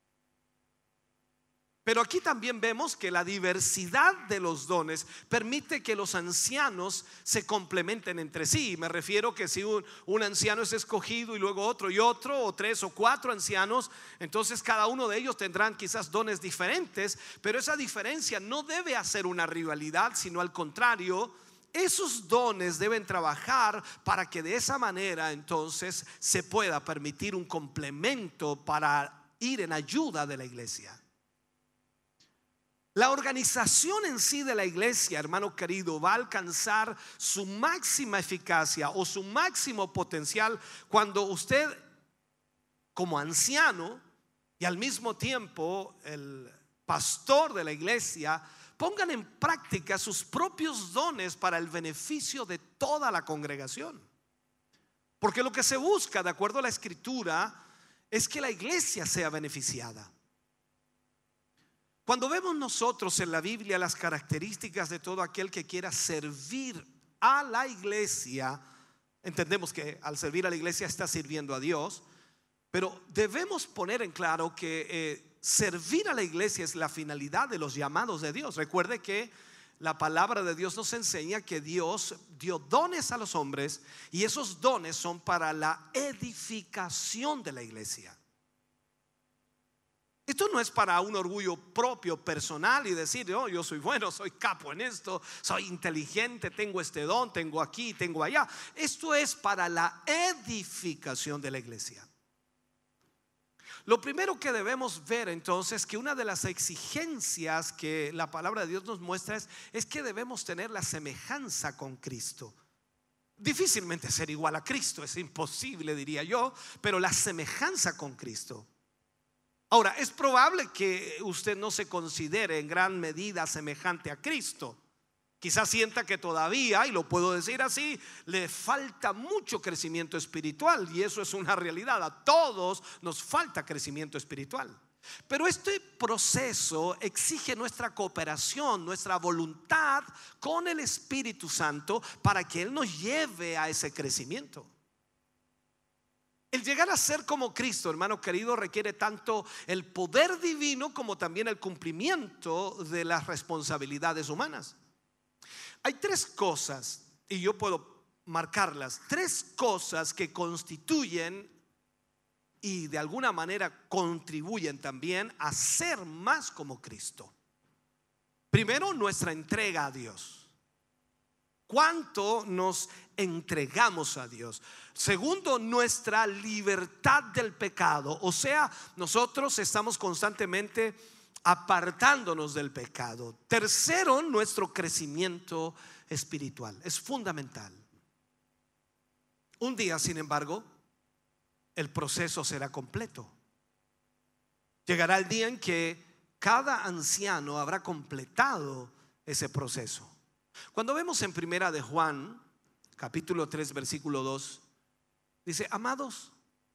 Pero aquí también vemos que la diversidad de los dones permite que los ancianos se complementen entre sí. Me refiero que si un anciano es escogido y luego otro y otro, o 3 o 4 ancianos, entonces cada uno de ellos tendrán quizás dones diferentes. Pero esa diferencia no debe hacer una rivalidad, sino al contrario, esos dones deben trabajar para que de esa manera entonces se pueda permitir un complemento para ir en ayuda de la iglesia. La organización en sí de la iglesia, hermano querido, va a alcanzar su máxima eficacia o su máximo potencial cuando usted, como anciano y al mismo tiempo el pastor de la iglesia, pongan en práctica sus propios dones para el beneficio de toda la congregación. Porque lo que se busca, de acuerdo a la Escritura, es que la iglesia sea beneficiada. Cuando vemos nosotros en la Biblia las características de todo aquel que quiera servir a la iglesia, entendemos que al servir a la iglesia está sirviendo a Dios, pero debemos poner en claro que servir a la iglesia es la finalidad de los llamados de Dios. Recuerde que la palabra de Dios nos enseña que Dios dio dones a los hombres y esos dones son para la edificación de la iglesia. Esto no es para un orgullo propio, personal y decir, oh, yo soy bueno, soy capo en esto, soy inteligente, tengo este don, tengo aquí, tengo allá. Esto es para la edificación de la iglesia. Lo primero que debemos ver entonces, que una de las exigencias que la palabra de Dios nos muestra es que debemos tener la semejanza con Cristo. Difícilmente ser igual a Cristo, es imposible, diría yo, pero la semejanza con Cristo. Ahora, es probable que usted no se considere en gran medida semejante a Cristo. Quizás sienta que todavía, y lo puedo decir así, le falta mucho crecimiento espiritual. Y eso es una realidad. A todos nos falta crecimiento espiritual. Pero este proceso exige nuestra cooperación, nuestra voluntad con el Espíritu Santo para que Él nos lleve a ese crecimiento. El llegar a ser como Cristo, hermano querido, requiere tanto el poder divino como también el cumplimiento de las responsabilidades humanas. Hay tres cosas, y yo puedo marcarlas, tres cosas que constituyen y de alguna manera contribuyen también a ser más como Cristo. Primero, nuestra entrega a Dios. ¿Cuánto nos entregamos a Dios? Segundo, nuestra libertad del pecado. O sea, nosotros estamos constantemente apartándonos del pecado. Tercero, nuestro crecimiento espiritual. Es fundamental. Un día, sin embargo, el proceso será completo. Llegará el día en que cada anciano habrá completado ese proceso. Cuando vemos en Primera de Juan, capítulo 3, versículo 2, dice: amados,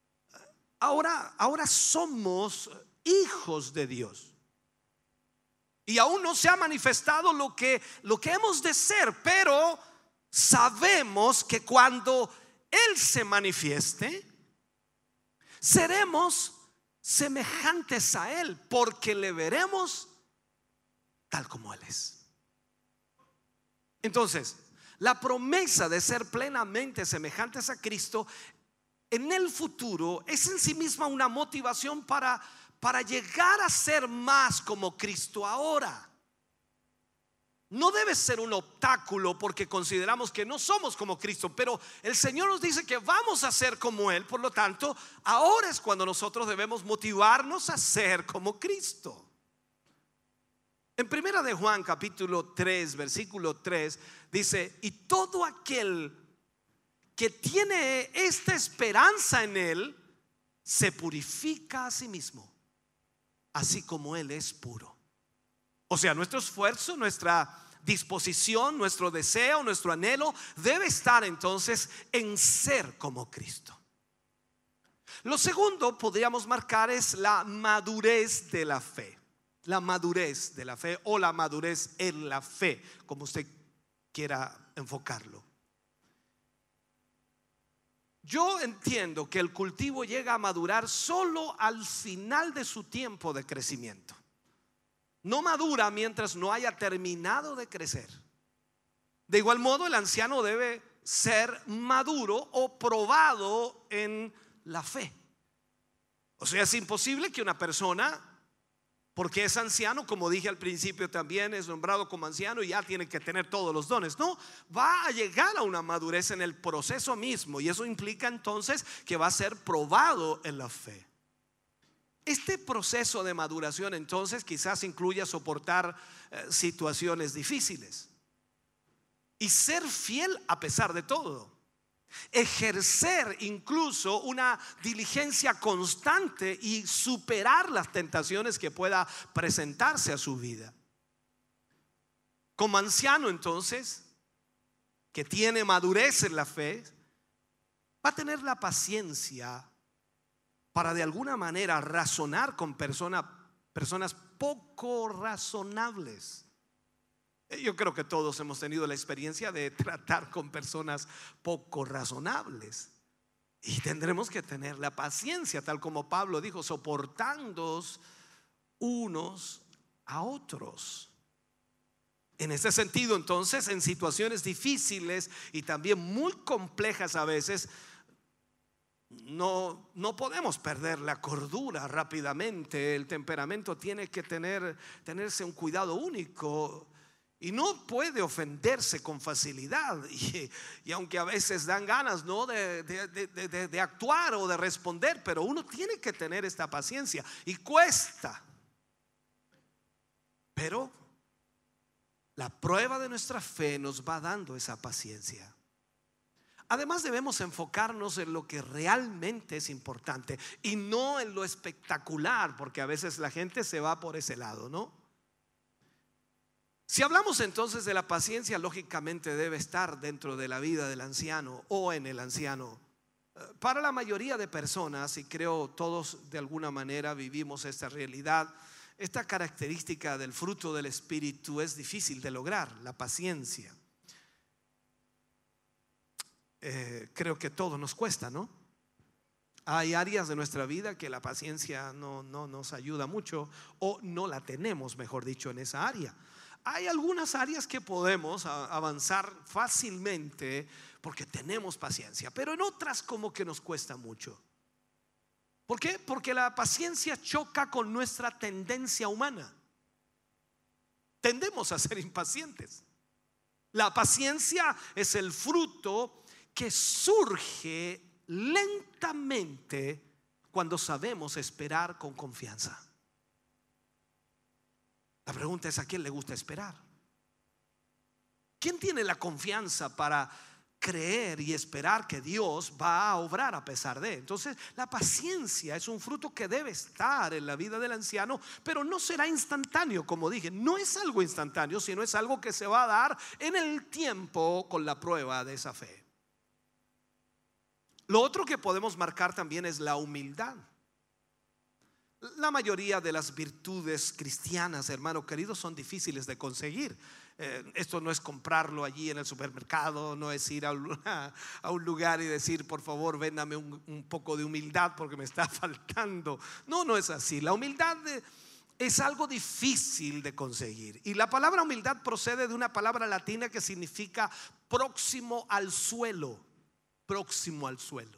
ahora somos hijos de Dios. Y aún no se ha manifestado lo que hemos de ser, pero sabemos que cuando Él se manifieste, seremos semejantes a Él, porque le veremos tal como Él es. Entonces, la promesa de ser plenamente semejantes a Cristo en el futuro es en sí misma una motivación para llegar a ser más como Cristo ahora. No debe ser un obstáculo porque consideramos que no somos como Cristo, pero el Señor nos dice que vamos a ser como Él. Por lo tanto, ahora es cuando nosotros debemos motivarnos a ser como Cristo. En Primera de Juan capítulo 3 versículo 3 dice: y todo aquel que tiene esta esperanza en Él se purifica a sí mismo, así como Él es puro. O sea, nuestro esfuerzo, nuestra disposición, nuestro deseo, nuestro anhelo debe estar entonces en ser como Cristo. Lo segundo podríamos marcar es la madurez de la fe. La madurez de la fe o la madurez en la fe, como usted quiera enfocarlo. Yo entiendo que el cultivo llega a madurar solo al final de su tiempo de crecimiento. No madura mientras no haya terminado de crecer. De igual modo, el anciano debe ser maduro o probado en la fe. O sea, es imposible que una persona, porque es anciano, como dije al principio, también es nombrado como anciano y ya tiene que tener todos los dones. No, va a llegar a una madurez en el proceso mismo, y eso implica entonces que va a ser probado en la fe. Este proceso de maduración entonces quizás incluya soportar situaciones difíciles y ser fiel a pesar de todo. Ejercer incluso una diligencia constante y superar las tentaciones que pueda presentarse a su vida. Como anciano entonces, que tiene madurez en la fe, va a tener la paciencia para de alguna manera razonar con personas poco razonables. Yo creo que todos hemos tenido la experiencia de tratar con personas poco razonables, y tendremos que tener la paciencia, tal como Pablo dijo, soportándoos unos a otros. En ese sentido, entonces, en situaciones difíciles y también muy complejas a veces, no podemos perder la cordura rápidamente. El temperamento tiene que tenerse un cuidado único. Y no puede ofenderse con facilidad. Y aunque a veces dan ganas, ¿no?, de actuar o de responder, pero uno tiene que tener esta paciencia. Y cuesta. Pero la prueba de nuestra fe nos va dando esa paciencia. Además, debemos enfocarnos en lo que realmente es importante y no en lo espectacular, porque a veces la gente se va por ese lado, ¿no? Si hablamos entonces de la paciencia, lógicamente debe estar dentro de la vida del anciano o en el anciano. Para la mayoría de personas, y creo todos de alguna manera vivimos esta realidad, esta característica del fruto del Espíritu es difícil de lograr, la paciencia. Creo que todo nos cuesta, ¿no? Hay áreas de nuestra vida que la paciencia no nos ayuda mucho, o no la tenemos, mejor dicho, en esa área. Hay algunas áreas que podemos avanzar fácilmente porque tenemos paciencia, pero en otras como que nos cuesta mucho. ¿Por qué? Porque la paciencia choca con nuestra tendencia humana. Tendemos a ser impacientes. La paciencia es el fruto que surge lentamente cuando sabemos esperar con confianza. La pregunta es: ¿a quién le gusta esperar? ¿Quién tiene la confianza para creer y esperar que Dios va a obrar a pesar de? Entonces, la paciencia es un fruto que debe estar en la vida del anciano, pero no será instantáneo, como dije. No es algo instantáneo, sino es algo que se va a dar en el tiempo con la prueba de esa fe. Lo otro que podemos marcar también es la humildad. La mayoría de las virtudes cristianas, hermano querido, son difíciles de conseguir. Esto no es comprarlo allí en el supermercado, no es ir a un lugar y decir: por favor, véndame un poco de humildad porque me está faltando. No es así. La humildad es algo difícil de conseguir. Y la palabra humildad procede de una palabra latina que significa próximo al suelo. Próximo al suelo.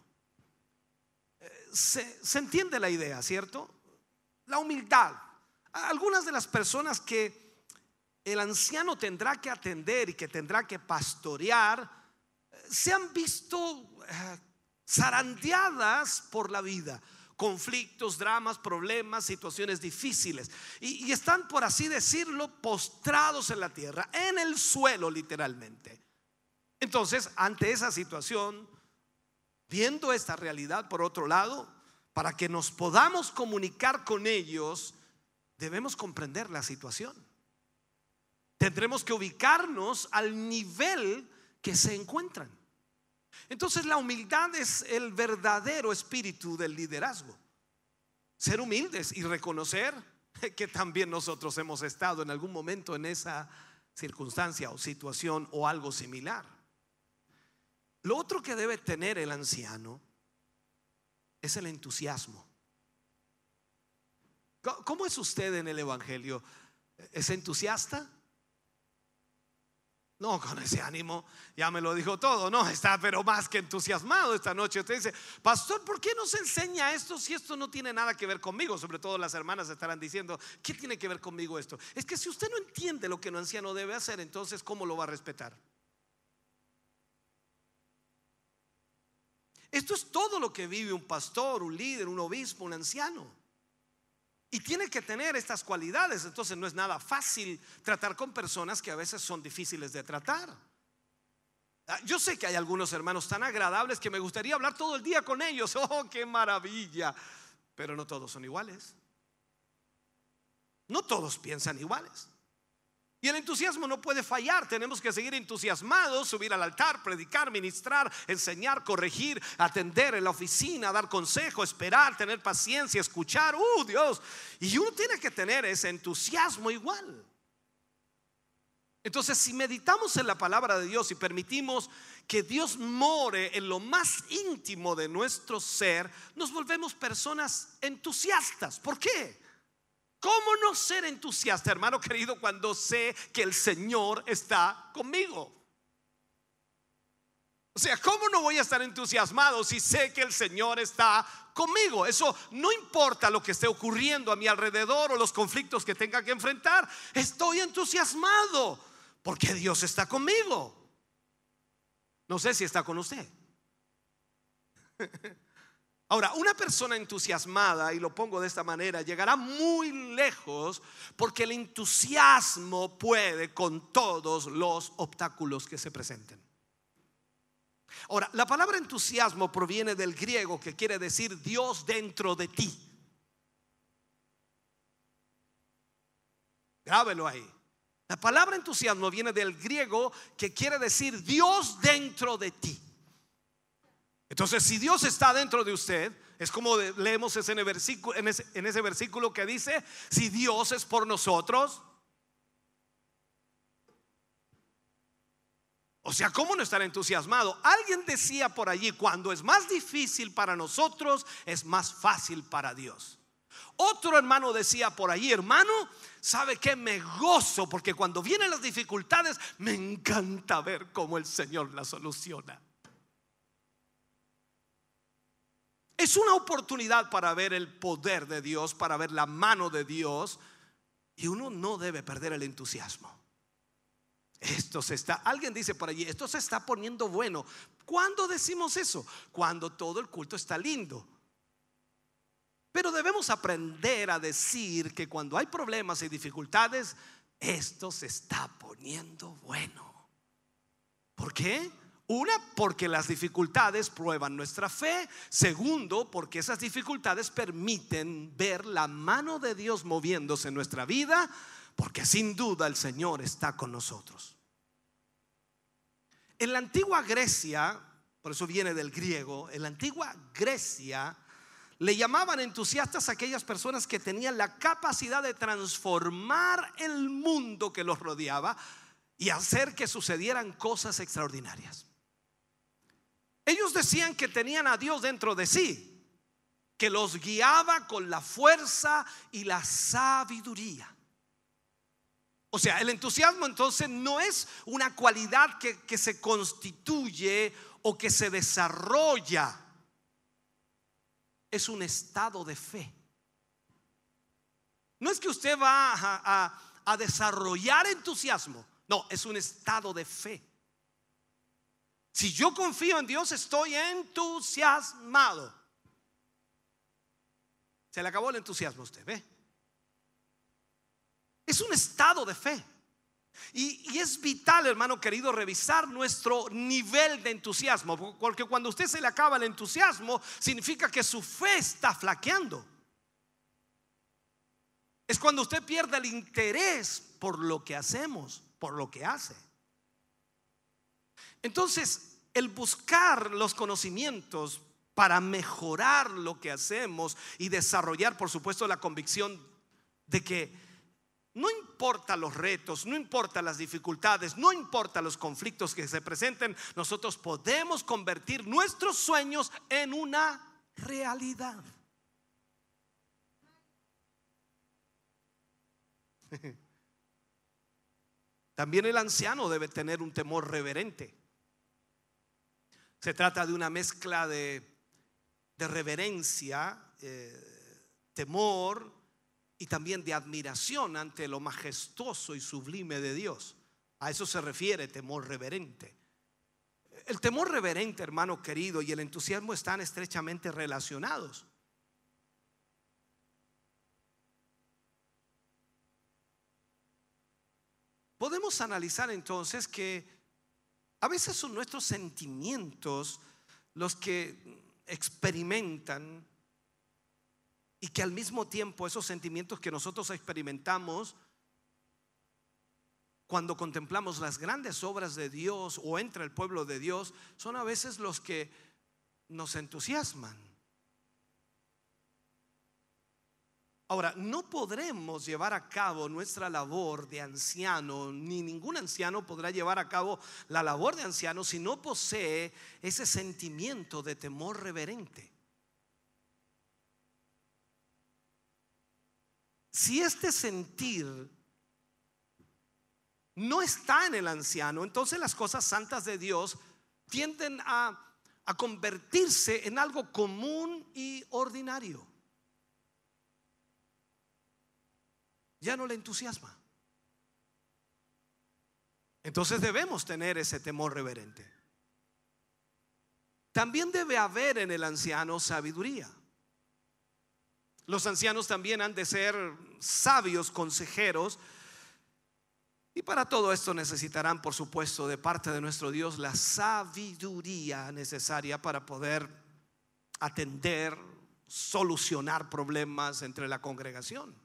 Se entiende la idea, ¿cierto? La humildad. Algunas de las personas que el anciano tendrá que atender y que tendrá que pastorear se han visto zarandeadas por la vida. Conflictos, dramas, problemas, situaciones difíciles, y están, por así decirlo, postrados en la tierra, en el suelo literalmente. Entonces, ante esa situación, viendo esta realidad por otro lado, para que nos podamos comunicar con ellos, debemos comprender la situación. Tendremos que ubicarnos al nivel que se encuentran. Entonces, la humildad es el verdadero espíritu del liderazgo. Ser humildes y reconocer que también nosotros hemos estado en algún momento en esa circunstancia o situación o algo similar. Lo otro que debe tener el anciano es el entusiasmo. ¿Cómo es usted en el evangelio? ¿Es entusiasta? No, con ese ánimo ya me lo dijo todo. No, está pero más que entusiasmado esta noche. Usted dice: pastor, ¿por qué nos enseña esto si esto no tiene nada que ver conmigo? Sobre todo las hermanas estarán diciendo: ¿qué tiene que ver conmigo esto? Es que si usted no entiende lo que un anciano debe hacer, entonces ¿cómo lo va a respetar? Esto es todo lo que vive un pastor, un líder, un obispo, un anciano. Y tiene que tener estas cualidades. Entonces no es nada fácil tratar con personas que a veces son difíciles de tratar. Yo sé que hay algunos hermanos tan agradables que me gustaría hablar todo el día con ellos. Oh, qué maravilla. Pero no todos son iguales. No todos piensan iguales. Y el entusiasmo no puede fallar. Tenemos que seguir entusiasmados, subir al altar, predicar, ministrar, enseñar, corregir, atender en la oficina, dar consejo, esperar, tener paciencia, escuchar. Dios. Y uno tiene que tener ese entusiasmo igual. Entonces, si meditamos en la palabra de Dios y permitimos que Dios more en lo más íntimo de nuestro ser, nos volvemos personas entusiastas. ¿Por qué? ¿Cómo no ser entusiasta, hermano querido, cuando sé que el Señor está conmigo? O sea, ¿cómo no voy a estar entusiasmado si sé que el Señor está conmigo? Eso no importa lo que esté ocurriendo a mi alrededor o los conflictos que tenga que enfrentar. Estoy entusiasmado porque Dios está conmigo. No sé si está con usted. Ahora, una persona entusiasmada, y lo pongo de esta manera, llegará muy lejos porque el entusiasmo puede con todos los obstáculos que se presenten. Ahora, la palabra entusiasmo proviene del griego, que quiere decir Dios dentro de ti. Grábelo ahí. La palabra entusiasmo viene del griego, que quiere decir Dios dentro de ti. Entonces, si Dios está dentro de usted, es como leemos en ese versículo que dice: si Dios es por nosotros, o sea, ¿cómo no estar entusiasmado? Alguien decía por allí: cuando es más difícil para nosotros, es más fácil para Dios. Otro hermano decía por allí: hermano, ¿sabe qué? Me gozo porque cuando vienen las dificultades me encanta ver cómo el Señor las soluciona. Es una oportunidad para ver el poder de Dios, para ver la mano de Dios, y uno no debe perder el entusiasmo. Alguien dice por allí: esto se está poniendo bueno. ¿Cuándo decimos eso? Cuando todo el culto está lindo. Pero debemos aprender a decir que cuando hay problemas y dificultades, esto se está poniendo bueno. ¿Por qué? Una, porque las dificultades prueban nuestra fe. Segundo, porque esas dificultades permiten ver la mano de Dios moviéndose en nuestra vida, porque sin duda el Señor está con nosotros. En la antigua Grecia, por eso viene del griego, en la antigua Grecia le llamaban entusiastas a aquellas personas que tenían la capacidad de transformar el mundo que los rodeaba y hacer que sucedieran cosas extraordinarias. Ellos decían que tenían a Dios dentro de sí, que los guiaba con la fuerza y la sabiduría. O sea, el entusiasmo entonces no es una cualidad que se constituye o que se desarrolla. Es un estado de fe. No es que usted va a desarrollar entusiasmo. No, es un estado de fe. Si yo confío en Dios, estoy entusiasmado. Se le acabó el entusiasmo a usted, ¿ve? Es un estado de fe. Y es vital, hermano querido, revisar nuestro nivel de entusiasmo, porque cuando a usted se le acaba el entusiasmo, significa que su fe está flaqueando. Es cuando usted pierde el interés por lo que hacemos, por lo que hace. Entonces, el buscar los conocimientos para mejorar lo que hacemos y desarrollar, por supuesto, la convicción de que no importa los retos, no importa las dificultades, no importa los conflictos que se presenten, nosotros podemos convertir nuestros sueños en una realidad. También el anciano debe tener un temor reverente. Se trata de una mezcla de reverencia, temor y también de admiración ante lo majestuoso y sublime de Dios. A eso se refiere temor reverente. El temor reverente, hermano querido, y el entusiasmo están estrechamente relacionados. Podemos analizar entonces que a veces son nuestros sentimientos los que experimentan, y que al mismo tiempo esos sentimientos que nosotros experimentamos cuando contemplamos las grandes obras de Dios o entre el pueblo de Dios, son a veces los que nos entusiasman. Ahora, no podremos llevar a cabo nuestra labor de anciano, ni ningún anciano podrá llevar a cabo la labor de anciano si no posee ese sentimiento de temor reverente. Si este sentir no está en el anciano, entonces las cosas santas de Dios tienden a convertirse en algo común y ordinario. Ya no le entusiasma. Entonces debemos tener ese temor reverente. También debe haber en el anciano sabiduría. Los ancianos también han de ser sabios consejeros, y para todo esto necesitarán, por supuesto, de parte de nuestro Dios la sabiduría necesaria para poder atender, solucionar problemas entre la congregación.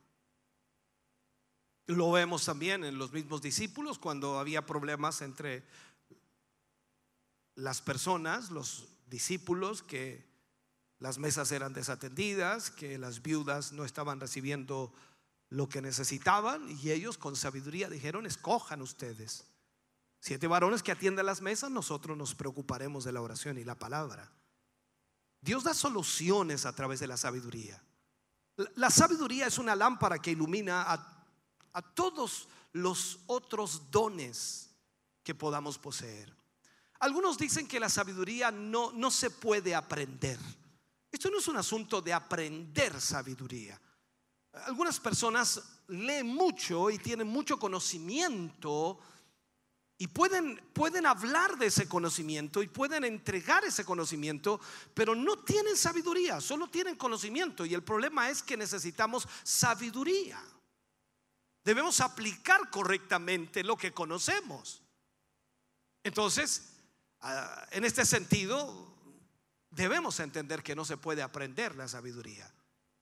Lo vemos también en los mismos discípulos cuando había problemas entre las personas, los discípulos que las mesas eran desatendidas, que las viudas no estaban recibiendo lo que necesitaban, y ellos con sabiduría dijeron: escojan ustedes 7 varones que atiendan las mesas, nosotros nos preocuparemos de la oración y la palabra. Dios da soluciones a través de la sabiduría. La sabiduría es una lámpara que ilumina a todos los otros dones que podamos poseer. Algunos dicen que la sabiduría no se puede aprender. Esto no es un asunto de aprender sabiduría. Algunas personas leen mucho y tienen mucho conocimiento y pueden hablar de ese conocimiento y pueden entregar ese conocimiento, pero no tienen sabiduría, solo tienen conocimiento. Y el problema es que necesitamos sabiduría. Debemos aplicar correctamente lo que conocemos. Entonces, en este sentido, debemos entender que no se puede aprender la sabiduría.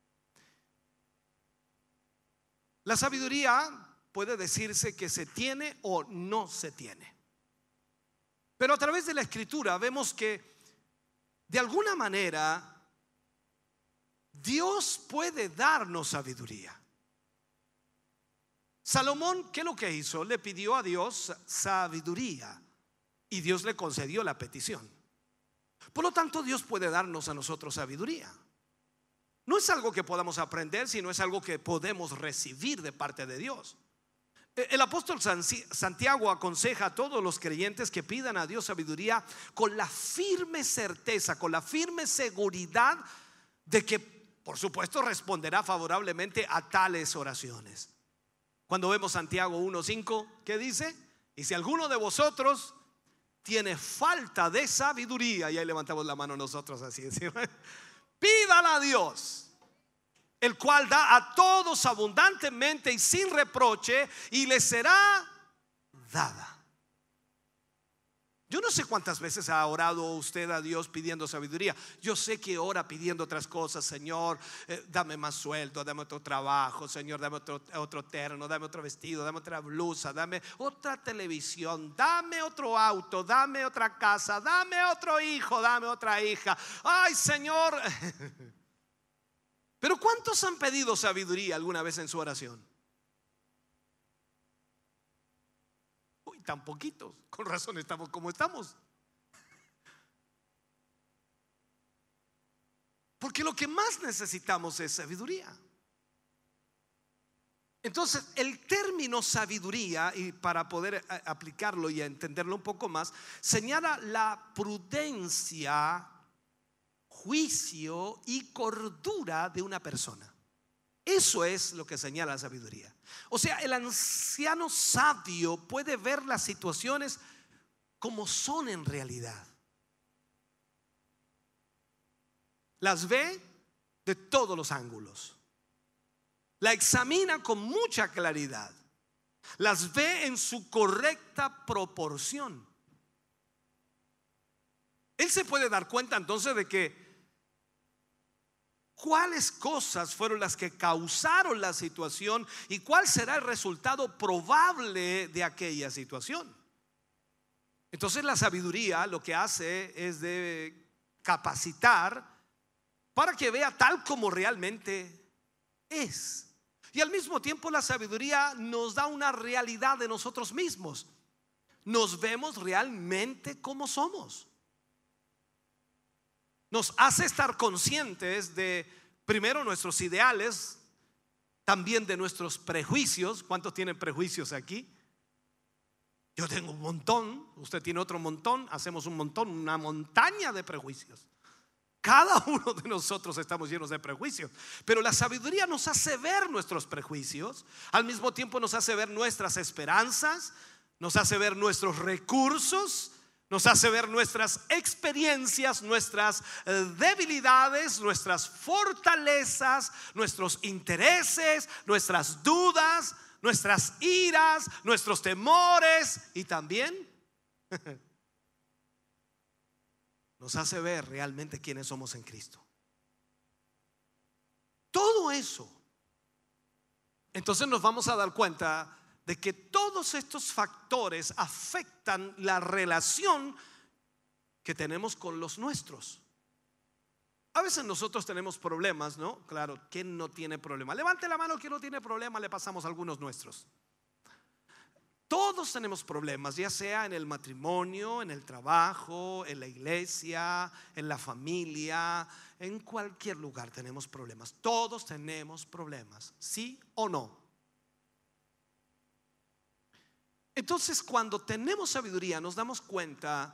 La sabiduría puede decirse que se tiene o no se tiene. Pero a través de la Escritura vemos que de alguna manera Dios puede darnos sabiduría. Salomón, ¿qué es lo que hizo? Le pidió a Dios sabiduría y Dios le concedió la petición. Por lo tanto, Dios puede darnos a nosotros sabiduría. No es algo que podamos aprender, sino es algo que podemos recibir de parte de Dios. El apóstol Santiago aconseja a todos los creyentes que pidan a Dios sabiduría con la firme certeza, con la firme seguridad de que, por supuesto, responderá favorablemente a tales oraciones. Cuando vemos Santiago 1:5, ¿qué dice? Y si alguno de vosotros tiene falta de sabiduría, y ahí levantamos la mano nosotros así, pídala a Dios, el cual da a todos abundantemente y sin reproche, y le será dada. Yo no sé cuántas veces ha orado usted a Dios pidiendo sabiduría. Yo sé que ora pidiendo otras cosas. Señor, dame más sueldo, dame otro trabajo. Señor, dame otro terno, dame otro vestido, dame otra blusa, dame otra televisión, dame otro auto, dame otra casa, dame otro hijo, dame otra hija. Ay, Señor. Pero ¿cuántos han pedido sabiduría alguna vez en su oración? Uy, tan poquitos. Con razón estamos como estamos. Porque lo que más necesitamos es sabiduría. Entonces, el término sabiduría, y para poder aplicarlo y entenderlo un poco más, señala la prudencia, juicio y cordura de una persona. Eso es lo que señala la sabiduría. O sea, el anciano sabio puede ver las situaciones como son en realidad. Las ve de todos los ángulos. La examina con mucha claridad. Las ve en su correcta proporción. Él se puede dar cuenta entonces de que cuáles cosas fueron las que causaron la situación y cuál será el resultado probable de aquella situación. Entonces la sabiduría lo que hace es de capacitar para que vea tal como realmente es. Y al mismo tiempo la sabiduría nos da una realidad de nosotros mismos. Nos vemos realmente como somos. Nos hace estar conscientes de, primero, nuestros ideales, también de nuestros prejuicios. ¿Cuántos tienen prejuicios aquí? Yo tengo un montón, usted tiene otro montón, hacemos un montón, una montaña de prejuicios. Cada uno de nosotros estamos llenos de prejuicios. Pero la sabiduría nos hace ver nuestros prejuicios, al mismo tiempo nos hace ver nuestras esperanzas, nos hace ver nuestros recursos, nos hace ver nuestras experiencias, nuestras debilidades, nuestras fortalezas, nuestros intereses, nuestras dudas, nuestras iras, nuestros temores, y también nos hace ver realmente quiénes somos en Cristo. Todo eso. Entonces nos vamos a dar cuenta de que todos estos factores afectan la relación que tenemos con los nuestros. A veces nosotros tenemos problemas, ¿no? Claro, ¿quién no tiene problema? Levante la mano, ¿quién no tiene problema? Le pasamos a algunos nuestros. Todos tenemos problemas, ya sea en el matrimonio, en el trabajo, en la iglesia, en la familia, en cualquier lugar tenemos problemas. Todos tenemos problemas, ¿sí o no? Entonces, cuando tenemos sabiduría, nos damos cuenta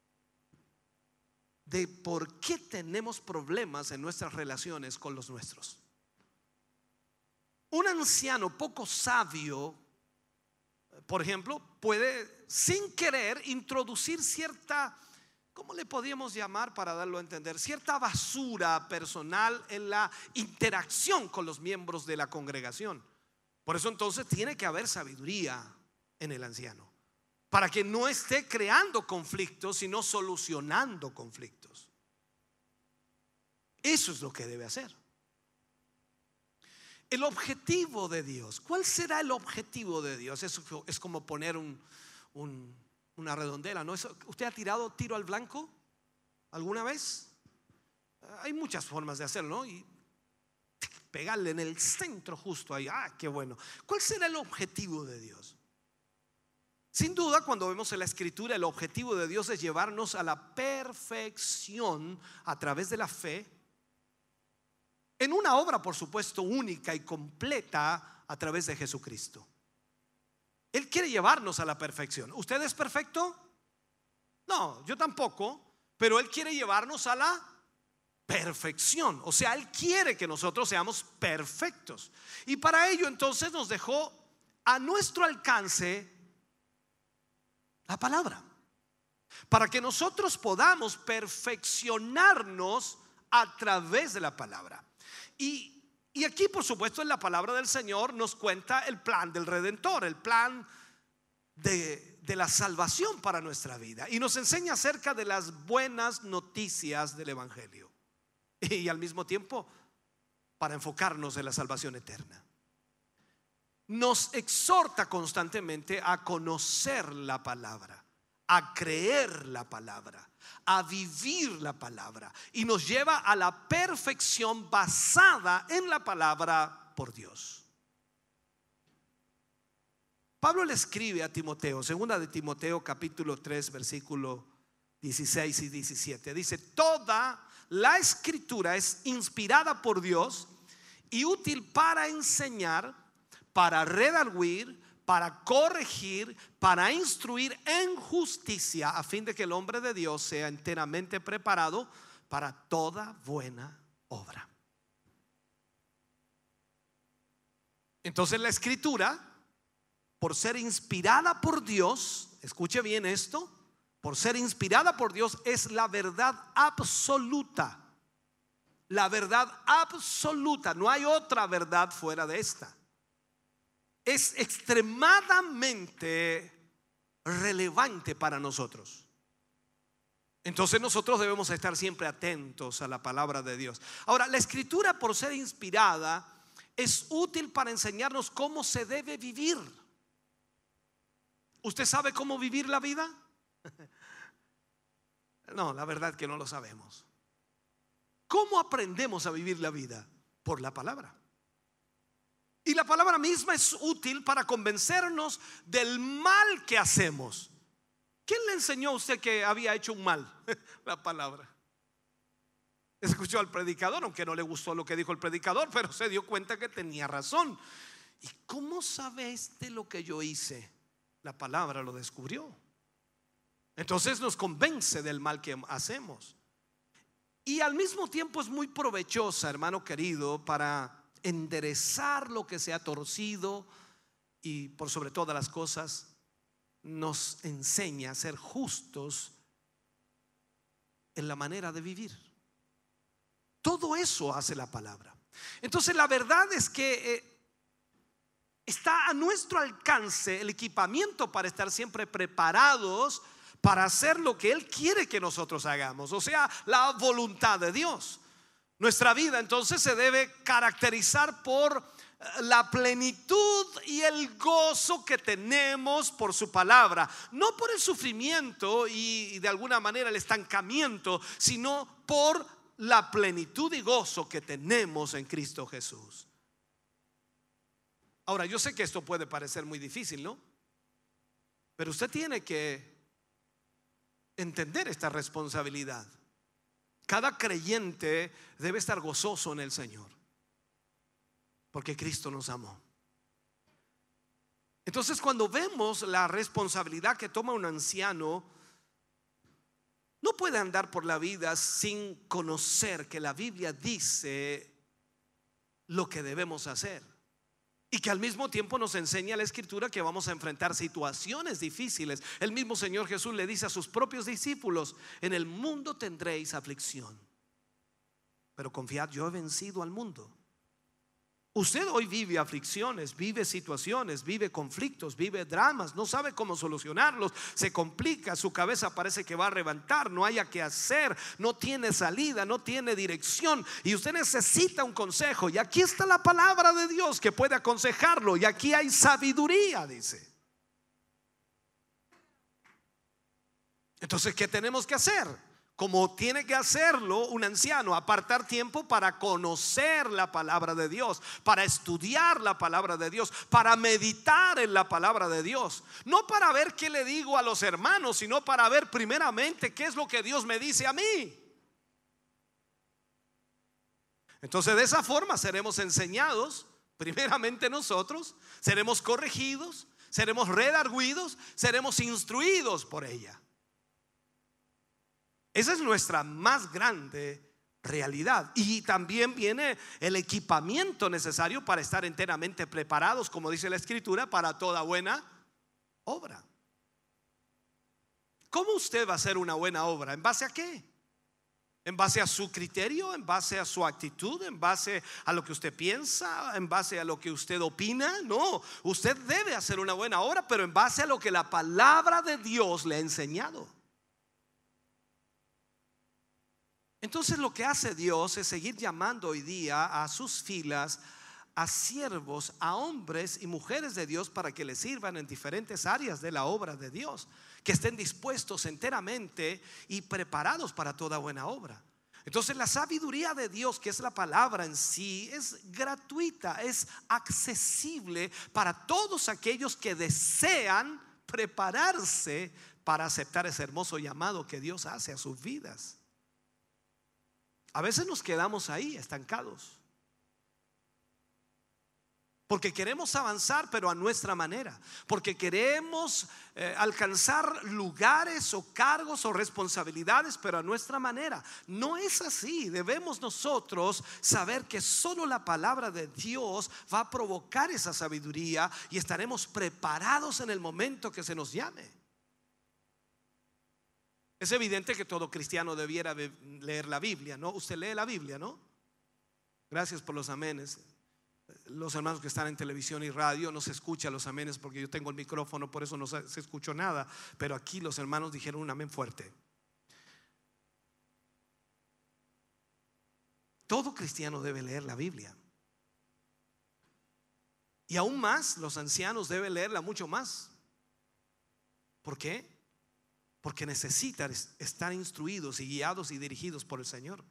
de por qué tenemos problemas en nuestras relaciones con los nuestros. Un anciano poco sabio, por ejemplo, puede sin querer introducir cierta, ¿cómo le podríamos llamar para darlo a entender? Cierta basura personal en la interacción con los miembros de la congregación. Por eso entonces tiene que haber sabiduría en el anciano, para que no esté creando conflictos, sino solucionando conflictos. Eso es lo que debe hacer. El objetivo de Dios, ¿cuál será el objetivo de Dios? Eso es como poner una redondela, ¿no? ¿Usted ha tirado tiro al blanco alguna vez? Hay muchas formas de hacerlo, ¿no? Y pegarle en el centro justo ahí. Qué bueno. ¿Cuál será el objetivo de Dios? Sin duda, cuando vemos en la Escritura, el objetivo de Dios es llevarnos a la perfección a través de la fe, en una obra, por supuesto, única y completa a través de Jesucristo. Él quiere llevarnos a la perfección. ¿Usted es perfecto? No, yo tampoco, pero Él quiere llevarnos a la perfección. O sea, Él quiere que nosotros seamos perfectos. Y para ello entonces nos dejó a nuestro alcance la palabra, para que nosotros podamos perfeccionarnos a través de la palabra. Y aquí, por supuesto, en la palabra del Señor nos cuenta el plan del Redentor, el plan de la salvación para nuestra vida, y nos enseña acerca de las buenas noticias del Evangelio, y al mismo tiempo para enfocarnos en la salvación eterna. Nos exhorta constantemente a conocer la palabra, a creer la palabra, a vivir la palabra, y nos lleva a la perfección basada en la palabra por Dios. Pablo le escribe a Timoteo, segunda de Timoteo capítulo 3 versículo 16 y 17. Dice: toda la escritura es inspirada por Dios y útil para enseñar, para redarguir, para corregir, para instruir en justicia, a fin de que el hombre de Dios sea enteramente preparado para toda buena obra. Entonces la escritura, por ser inspirada por Dios, escuche bien esto, por ser inspirada por Dios, es la verdad absoluta. La verdad absoluta, no hay otra verdad fuera de esta. Es extremadamente relevante para nosotros. Entonces nosotros debemos estar siempre atentos a la palabra de Dios. Ahora, la escritura, por ser inspirada, es útil para enseñarnos cómo se debe vivir. ¿Usted sabe cómo vivir la vida? No, la verdad que no lo sabemos. ¿Cómo aprendemos a vivir la vida? Por la palabra. Y la palabra misma es útil para convencernos del mal que hacemos. ¿Quién le enseñó a usted que había hecho un mal? La palabra. Escuchó al predicador, aunque no le gustó lo que dijo el predicador, pero se dio cuenta que tenía razón. ¿Y cómo sabe lo que yo hice? La palabra lo descubrió. Entonces nos convence del mal que hacemos. Y al mismo tiempo es muy provechosa, hermano querido, para enderezar lo que se ha torcido, y por sobre todas las cosas nos enseña a ser justos en la manera de vivir. Todo eso hace la palabra. Entonces la verdad es que está a nuestro alcance el equipamiento para estar siempre preparados para hacer lo que Él quiere que nosotros hagamos, o sea, la voluntad de Dios. Nuestra vida entonces se debe caracterizar por la plenitud y el gozo que tenemos por su palabra, no por el sufrimiento y de alguna manera el estancamiento, sino por la plenitud y gozo que tenemos en Cristo Jesús. Ahora, yo sé que esto puede parecer muy difícil, ¿no? Pero usted tiene que entender esta responsabilidad. Cada creyente debe estar gozoso en el Señor, porque Cristo nos amó. Entonces, cuando vemos la responsabilidad que toma un anciano, no puede andar por la vida sin conocer que la Biblia dice lo que debemos hacer, y que al mismo tiempo nos enseña la Escritura que vamos a enfrentar situaciones difíciles. El mismo Señor Jesús le dice a sus propios discípulos: en el mundo tendréis aflicción, pero confiad, yo he vencido al mundo. Usted hoy vive aflicciones, vive situaciones, vive conflictos, vive dramas, no sabe cómo solucionarlos, se complica, su cabeza parece que va a reventar, no haya qué hacer, no tiene salida, no tiene dirección, y usted necesita un consejo. Y aquí está la palabra de Dios que puede aconsejarlo, y aquí hay sabiduría, dice. Entonces, ¿qué tenemos que hacer? Como tiene que hacerlo un anciano, apartar tiempo para conocer la palabra de Dios, para estudiar la palabra de Dios, para meditar en la palabra de Dios. No para ver qué le digo a los hermanos, sino para ver primeramente qué es lo que Dios me dice a mí. Entonces, de esa forma seremos enseñados, primeramente nosotros, seremos corregidos, seremos redarguidos, seremos instruidos por ella. Esa es nuestra más grande realidad. Y también viene el equipamiento necesario para estar enteramente preparados, como dice la Escritura, para toda buena obra. ¿Cómo usted va a hacer una buena obra? ¿En base a qué? ¿En base a su criterio? ¿En base a su actitud? ¿En base a lo que usted piensa? ¿En base a lo que usted opina? No, usted debe hacer una buena obra, pero en base a lo que la palabra de Dios le ha enseñado. Entonces, lo que hace Dios es seguir llamando hoy día a sus filas a siervos, a hombres y mujeres de Dios, para que le sirvan en diferentes áreas de la obra de Dios, que estén dispuestos enteramente y preparados para toda buena obra. Entonces, la sabiduría de Dios, que es la palabra en sí, es gratuita, es accesible para todos aquellos que desean prepararse para aceptar ese hermoso llamado que Dios hace a sus vidas. A veces nos quedamos ahí estancados, porque queremos avanzar, pero a nuestra manera, porque queremos alcanzar lugares o cargos o responsabilidades, pero a nuestra manera. No es así. Debemos nosotros saber que solo la palabra de Dios va a provocar esa sabiduría, y estaremos preparados en el momento que se nos llame. Es evidente que todo cristiano debiera leer la Biblia, ¿no? Usted lee la Biblia, ¿no? Gracias por los amenes. Los hermanos que están en televisión y radio, no se escucha los amenes porque yo tengo el micrófono, por eso no se escuchó nada. Pero aquí los hermanos dijeron un amén fuerte. Todo cristiano debe leer la Biblia. Y aún más, los ancianos deben leerla mucho más. ¿Por qué? Porque necesitan estar instruidos y guiados y dirigidos por el Señor.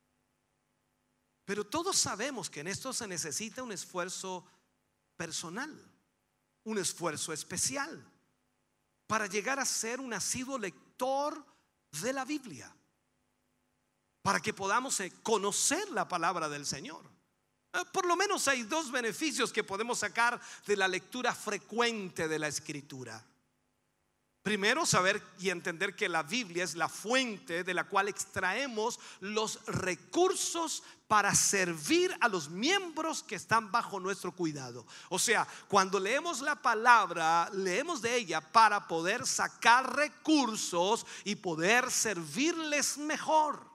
Pero todos sabemos que en esto se necesita un esfuerzo personal, un esfuerzo especial, para llegar a ser un asiduo lector de la Biblia, para que podamos conocer la palabra del Señor. Por lo menos hay dos beneficios que podemos sacar de la lectura frecuente de la Escritura. Primero, saber y entender que la Biblia es la fuente de la cual extraemos los recursos para servir a los miembros que están bajo nuestro cuidado. O sea, cuando leemos la palabra, leemos de ella para poder sacar recursos y poder servirles mejor.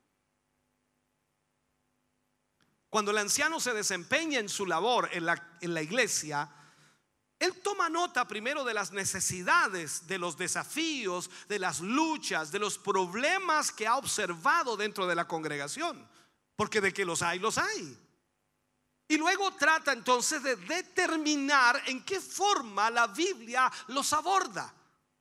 Cuando el anciano se desempeña en su labor en la iglesia, él toma nota primero de las necesidades, de los desafíos, de las luchas, de los problemas que ha observado dentro de la congregación, porque de que los hay, los hay. Y luego trata entonces de determinar en qué forma la Biblia los aborda.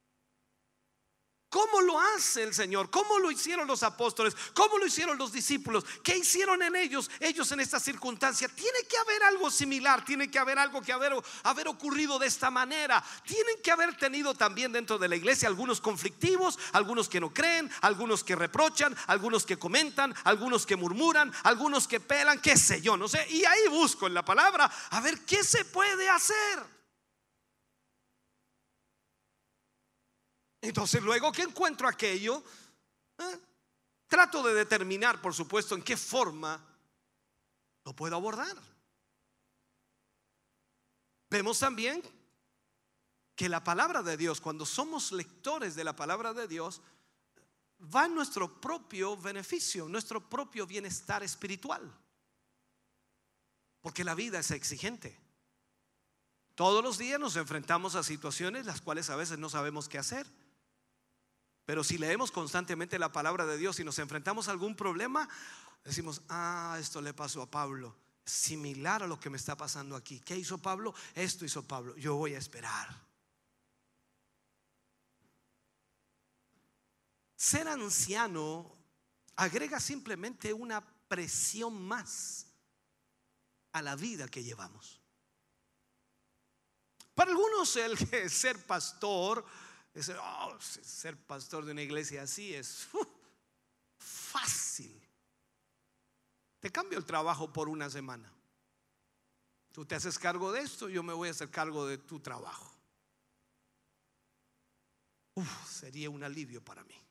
¿Cómo lo hace el Señor? ¿Cómo lo hicieron los apóstoles? ¿Cómo lo hicieron los discípulos? ¿Qué hicieron en ellos en esta circunstancia? Tiene que haber algo similar, tiene que haber algo que haber ocurrido de esta manera. Tienen que haber tenido también dentro de la iglesia algunos conflictivos, algunos que no creen, algunos que reprochan, algunos que comentan, algunos que murmuran, algunos que pelan, qué sé yo, no sé. Y ahí busco en la palabra a ver qué se puede hacer. Entonces luego que encuentro aquello, trato de determinar, por supuesto, en qué forma lo puedo abordar. Vemos también que la palabra de Dios, cuando somos lectores de la palabra de Dios, va en nuestro propio beneficio, nuestro propio bienestar espiritual. Porque la vida es exigente. Todos los días nos enfrentamos a situaciones las cuales a veces no sabemos qué hacer. Pero si leemos constantemente la palabra de Dios y nos enfrentamos a algún problema, decimos: esto le pasó a Pablo, similar a lo que me está pasando aquí. ¿Qué hizo Pablo? Esto hizo Pablo. Yo voy a esperar. Ser anciano agrega simplemente una presión más a la vida que llevamos. Para algunos el ser pastor, ser pastor de una iglesia así es fácil. Te cambio el trabajo por una semana. Tú te haces cargo de esto, yo me voy a hacer cargo de tu trabajo. Sería un alivio para mí.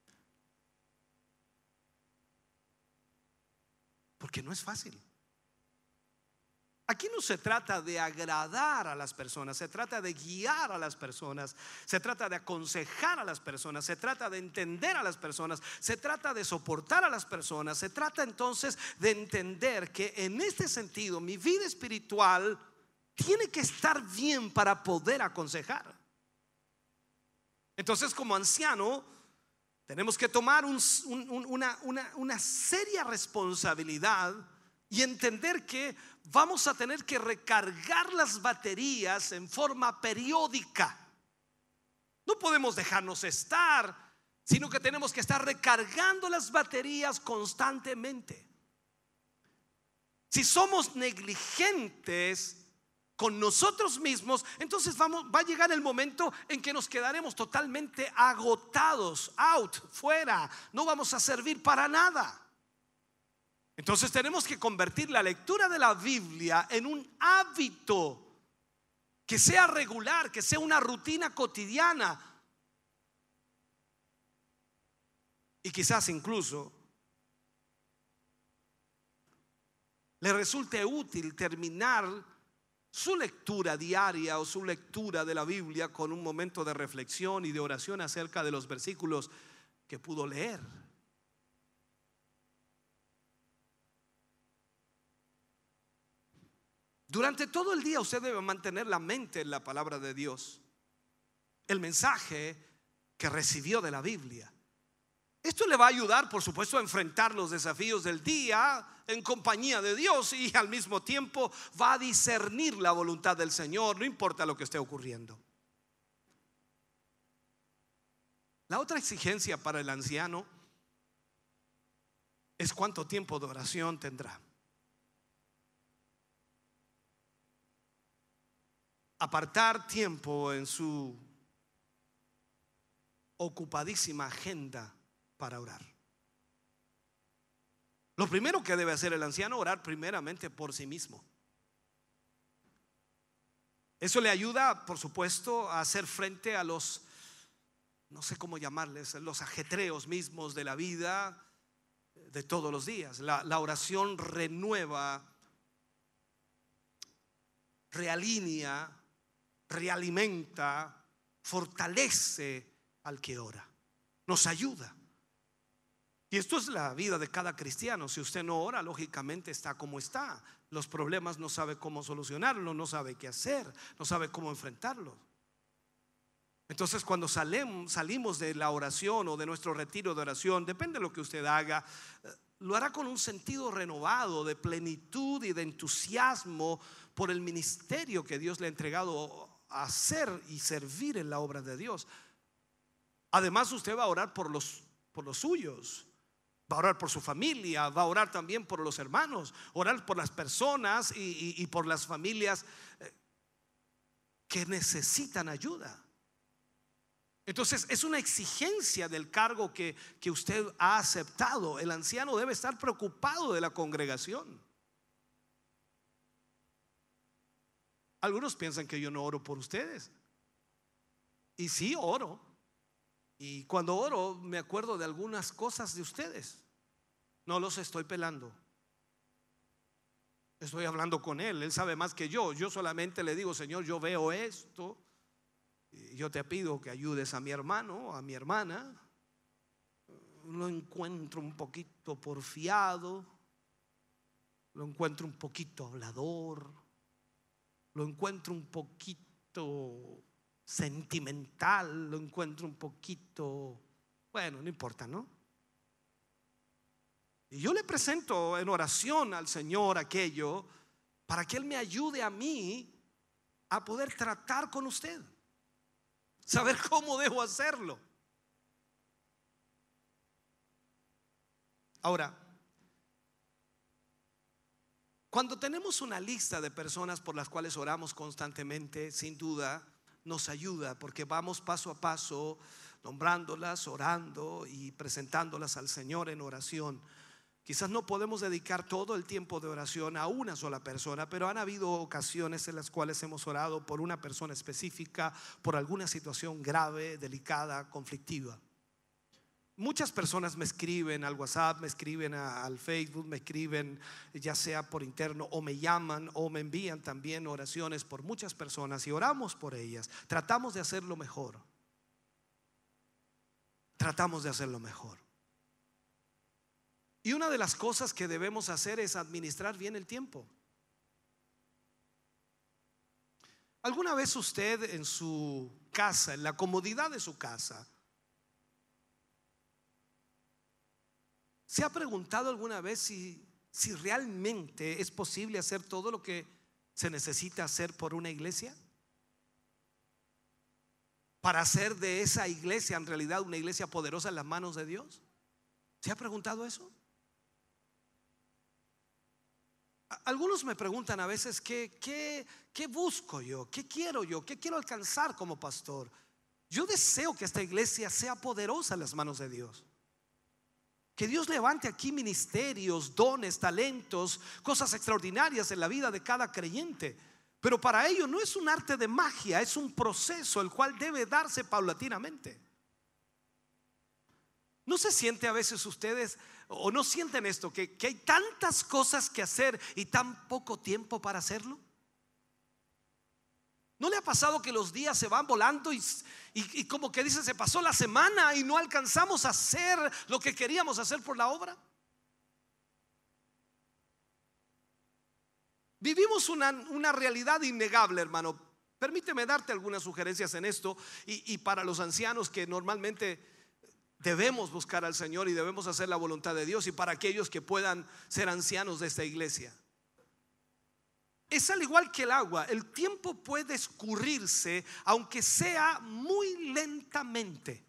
Porque no es fácil. Aquí no se trata de agradar a las personas, se trata de guiar a las personas, se trata de aconsejar a las personas, se trata de entender a las personas, se trata de soportar a las personas, se trata entonces de entender que en este sentido mi vida espiritual tiene que estar bien para poder aconsejar. Entonces, como anciano, tenemos que tomar una seria responsabilidad y entender que vamos a tener que recargar las baterías en forma periódica. No podemos dejarnos estar, sino que tenemos que estar recargando las baterías constantemente. Si somos negligentes con nosotros mismos, entonces va a llegar el momento en que nos quedaremos totalmente agotados, fuera, no vamos a servir para nada. Entonces tenemos que convertir la lectura de la Biblia en un hábito que sea regular, que sea una rutina cotidiana. Y quizás incluso le resulte útil terminar su lectura diaria o su lectura de la Biblia con un momento de reflexión y de oración acerca de los versículos que pudo leer. Durante todo el día usted debe mantener la mente en la palabra de Dios, el mensaje que recibió de la Biblia. Esto le va a ayudar, por supuesto, a enfrentar los desafíos del día en compañía de Dios, y al mismo tiempo va a discernir la voluntad del Señor, no importa lo que esté ocurriendo. La otra exigencia para el anciano es cuánto tiempo de oración tendrá. Apartar tiempo en su ocupadísima agenda para orar. Lo primero que debe hacer el anciano, orar primeramente por sí mismo. Eso le ayuda, por supuesto, a hacer frente a los, no sé cómo llamarles, los ajetreos mismos de la vida de todos los días. La oración renueva, realinea, realimenta, fortalece al que ora, nos ayuda. Y esto es la vida de cada cristiano. Si usted no ora, lógicamente está como está. Los problemas no sabe cómo solucionarlos, no sabe qué hacer, no sabe cómo enfrentarlos. Entonces cuando salimos de la oración o de nuestro retiro de oración, depende de lo que usted haga, lo hará con un sentido renovado de plenitud y de entusiasmo por el ministerio que Dios le ha entregado a hacer y servir en la obra de Dios. Además, usted va a orar por los suyos, va a orar por su familia, va a orar también por los hermanos, orar por las personas y por las familias que necesitan ayuda. Entonces es una exigencia del cargo que usted ha aceptado. El anciano debe estar preocupado de la congregación. Algunos piensan que yo no oro por ustedes, y sí oro. Y cuando oro me acuerdo de algunas cosas de ustedes. No los estoy pelando, estoy hablando con Él. Él sabe más que yo. Yo solamente le digo: Señor, yo veo esto, yo te pido que ayudes a mi hermano, a mi hermana. Lo encuentro un poquito porfiado, lo encuentro un poquito hablador, lo encuentro un poquito sentimental, lo encuentro un poquito, bueno, no importa, ¿no? Y yo le presento en oración al Señor aquello para que Él me ayude a mí a poder tratar con usted, saber cómo debo hacerlo. Ahora, cuando tenemos una lista de personas por las cuales oramos constantemente, sin duda nos ayuda, porque vamos paso a paso nombrándolas, orando y presentándolas al Señor en oración. Quizás no podemos dedicar todo el tiempo de oración a una sola persona, pero han habido ocasiones en las cuales hemos orado por una persona específica, por alguna situación grave, delicada, conflictiva. Muchas personas me escriben al WhatsApp, me escriben al Facebook, me escriben ya sea por interno, o me llaman o me envían también oraciones por muchas personas, y oramos por ellas. Tratamos de hacerlo mejor. Tratamos de hacerlo mejor. Y una de las cosas que debemos hacer es administrar bien el tiempo. ¿Alguna vez usted en su casa, en la comodidad de su casa, se ha preguntado alguna vez si realmente es posible hacer todo lo que se necesita hacer por una iglesia? Para hacer de esa iglesia en realidad una iglesia poderosa en las manos de Dios. ¿Se ha preguntado eso? Algunos me preguntan a veces ¿qué busco yo? ¿Qué quiero yo? ¿Qué quiero alcanzar como pastor? Yo deseo que esta iglesia sea poderosa en las manos de Dios. Que Dios levante aquí ministerios, dones, talentos, cosas extraordinarias en la vida de cada creyente. Pero para ello no es un arte de magia, es un proceso el cual debe darse paulatinamente. ¿No se siente a veces ustedes, o no sienten esto, que hay tantas cosas que hacer y tan poco tiempo para hacerlo? ¿No le ha pasado que los días se van volando y como que dice, se pasó la semana y no alcanzamos a hacer lo que queríamos hacer por la obra? Vivimos una realidad innegable, hermano. Permíteme darte algunas sugerencias en esto, y para los ancianos que normalmente debemos buscar al Señor y debemos hacer la voluntad de Dios, y para aquellos que puedan ser ancianos de esta iglesia. Es al igual que el agua, el tiempo puede escurrirse aunque sea muy lentamente.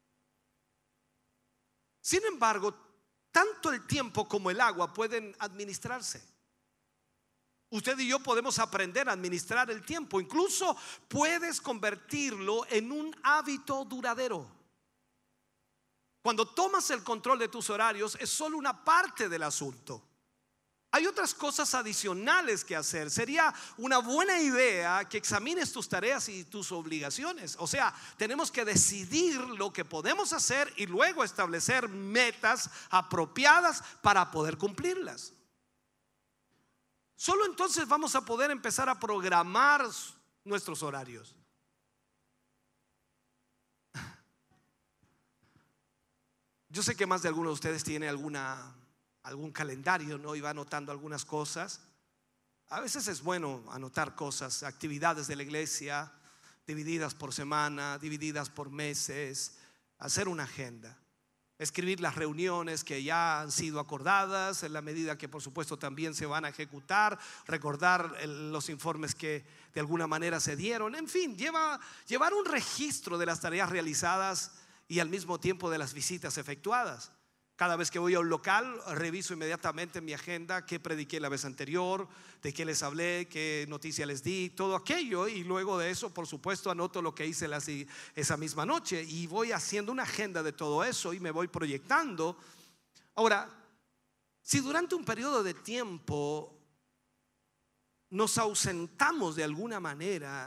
Sin embargo, tanto el tiempo como el agua pueden administrarse. Usted y yo podemos aprender a administrar el tiempo. Incluso puedes convertirlo en un hábito duradero. Cuando tomas el control de tus horarios, es solo una parte del asunto. Hay otras cosas adicionales que hacer. Sería una buena idea que examines tus tareas y tus obligaciones. O sea, tenemos que decidir lo que podemos hacer y luego establecer metas apropiadas para poder cumplirlas. Solo entonces vamos a poder empezar a programar nuestros horarios. Yo sé que más de alguno de ustedes tiene algún calendario, ¿no? Y va anotando algunas cosas. A veces es bueno anotar cosas, actividades de la iglesia, divididas por semana, divididas por meses, hacer una agenda. Escribir las reuniones que ya han sido acordadas, en la medida que por supuesto también se van a ejecutar, recordar los informes que de alguna manera se dieron. En fin, llevar un registro de las tareas realizadas y al mismo tiempo de las visitas efectuadas. Cada vez que voy a un local, reviso inmediatamente en mi agenda qué prediqué la vez anterior, de qué les hablé, qué noticia les di, todo aquello. Y luego de eso, por supuesto, anoto lo que hice esa misma noche. Y voy haciendo una agenda de todo eso y me voy proyectando. Ahora, si durante un periodo de tiempo nos ausentamos de alguna manera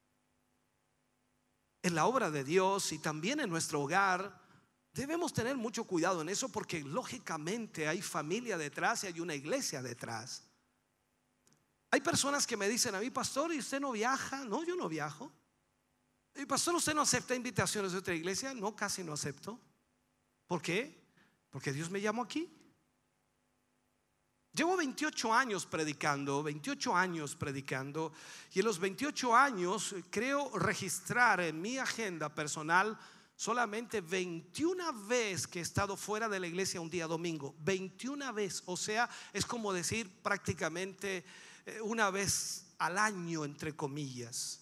en la obra de Dios y también en nuestro hogar, debemos tener mucho cuidado en eso, porque lógicamente hay familia detrás y hay una iglesia detrás. Hay personas que me dicen a mí: pastor, ¿y usted no viaja? No, yo no viajo. ¿Y pastor, usted no acepta invitaciones de otra iglesia? No, casi no acepto. ¿Por qué? Porque Dios me llamó aquí. Llevo 28 años predicando, y en los 28 años creo registrar en mi agenda personal solamente 21 veces que he estado fuera de la iglesia un día domingo. 21 veces, o sea, es como decir prácticamente una vez al año, entre comillas.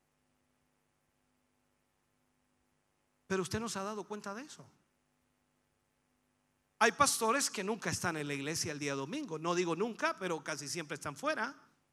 Pero usted no se ha dado cuenta de eso. Hay pastores que nunca están en la iglesia el día domingo. No digo nunca, pero casi siempre están fuera.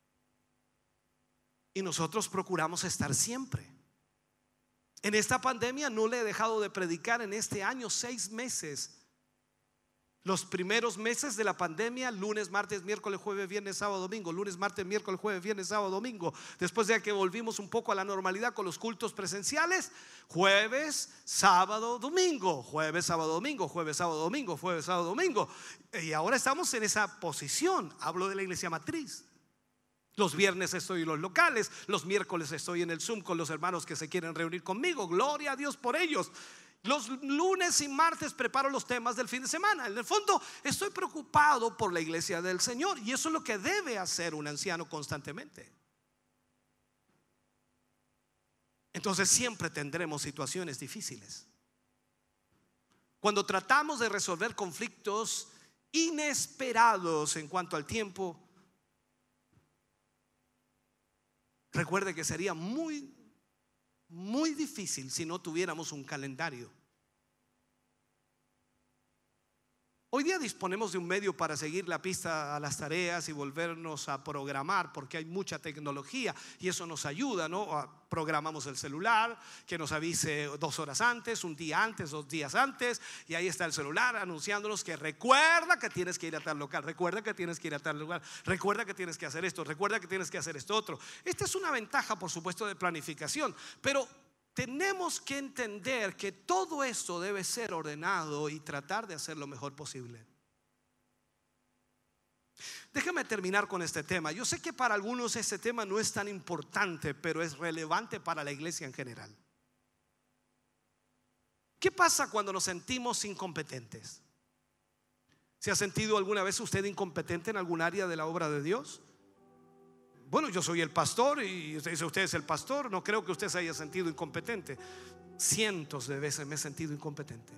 Y nosotros procuramos estar siempre. En esta pandemia no le he dejado de predicar en este año 6 meses. Los primeros meses de la pandemia, lunes, martes, miércoles, jueves, viernes, sábado, domingo. Lunes, martes, miércoles, jueves, viernes, sábado, domingo. Después de que volvimos un poco a la normalidad con los cultos presenciales, jueves, sábado, domingo. Jueves, sábado, domingo. Jueves, sábado, domingo. Jueves, sábado, domingo. Y ahora estamos en esa posición. Hablo de la iglesia matriz. Los viernes estoy en los locales, los miércoles estoy en el Zoom con los hermanos que se quieren reunir conmigo. Gloria a Dios por ellos. Los lunes y martes preparo los temas del fin de semana. En el fondo estoy preocupado por la iglesia del Señor, y eso es lo que debe hacer un anciano constantemente. Entonces siempre tendremos situaciones difíciles. Cuando tratamos de resolver conflictos inesperados en cuanto al tiempo, recuerde que sería muy difícil si no tuviéramos un calendario. Hoy día disponemos de un medio para seguir la pista a las tareas y volvernos a programar, porque hay mucha tecnología y eso nos ayuda, ¿no? Programamos el celular que nos avise 2 horas antes, un día antes, 2 días antes, y ahí está el celular anunciándonos que recuerda que tienes que ir a tal local, recuerda que tienes que ir a tal lugar, recuerda que tienes que hacer esto, recuerda que tienes que hacer esto otro. Esta es una ventaja, por supuesto, de planificación, pero tenemos que entender que todo esto debe ser ordenado y tratar de hacer lo mejor posible. Déjame terminar con este tema. Yo sé que para algunos este tema no es tan importante, pero es relevante para la iglesia en general. ¿Qué pasa cuando nos sentimos incompetentes? ¿Se ha sentido alguna vez usted incompetente en algún área de la obra de Dios? Bueno, yo soy el pastor y usted dice: usted es el pastor. No creo que usted se haya sentido incompetente. Cientos de veces me he sentido incompetente.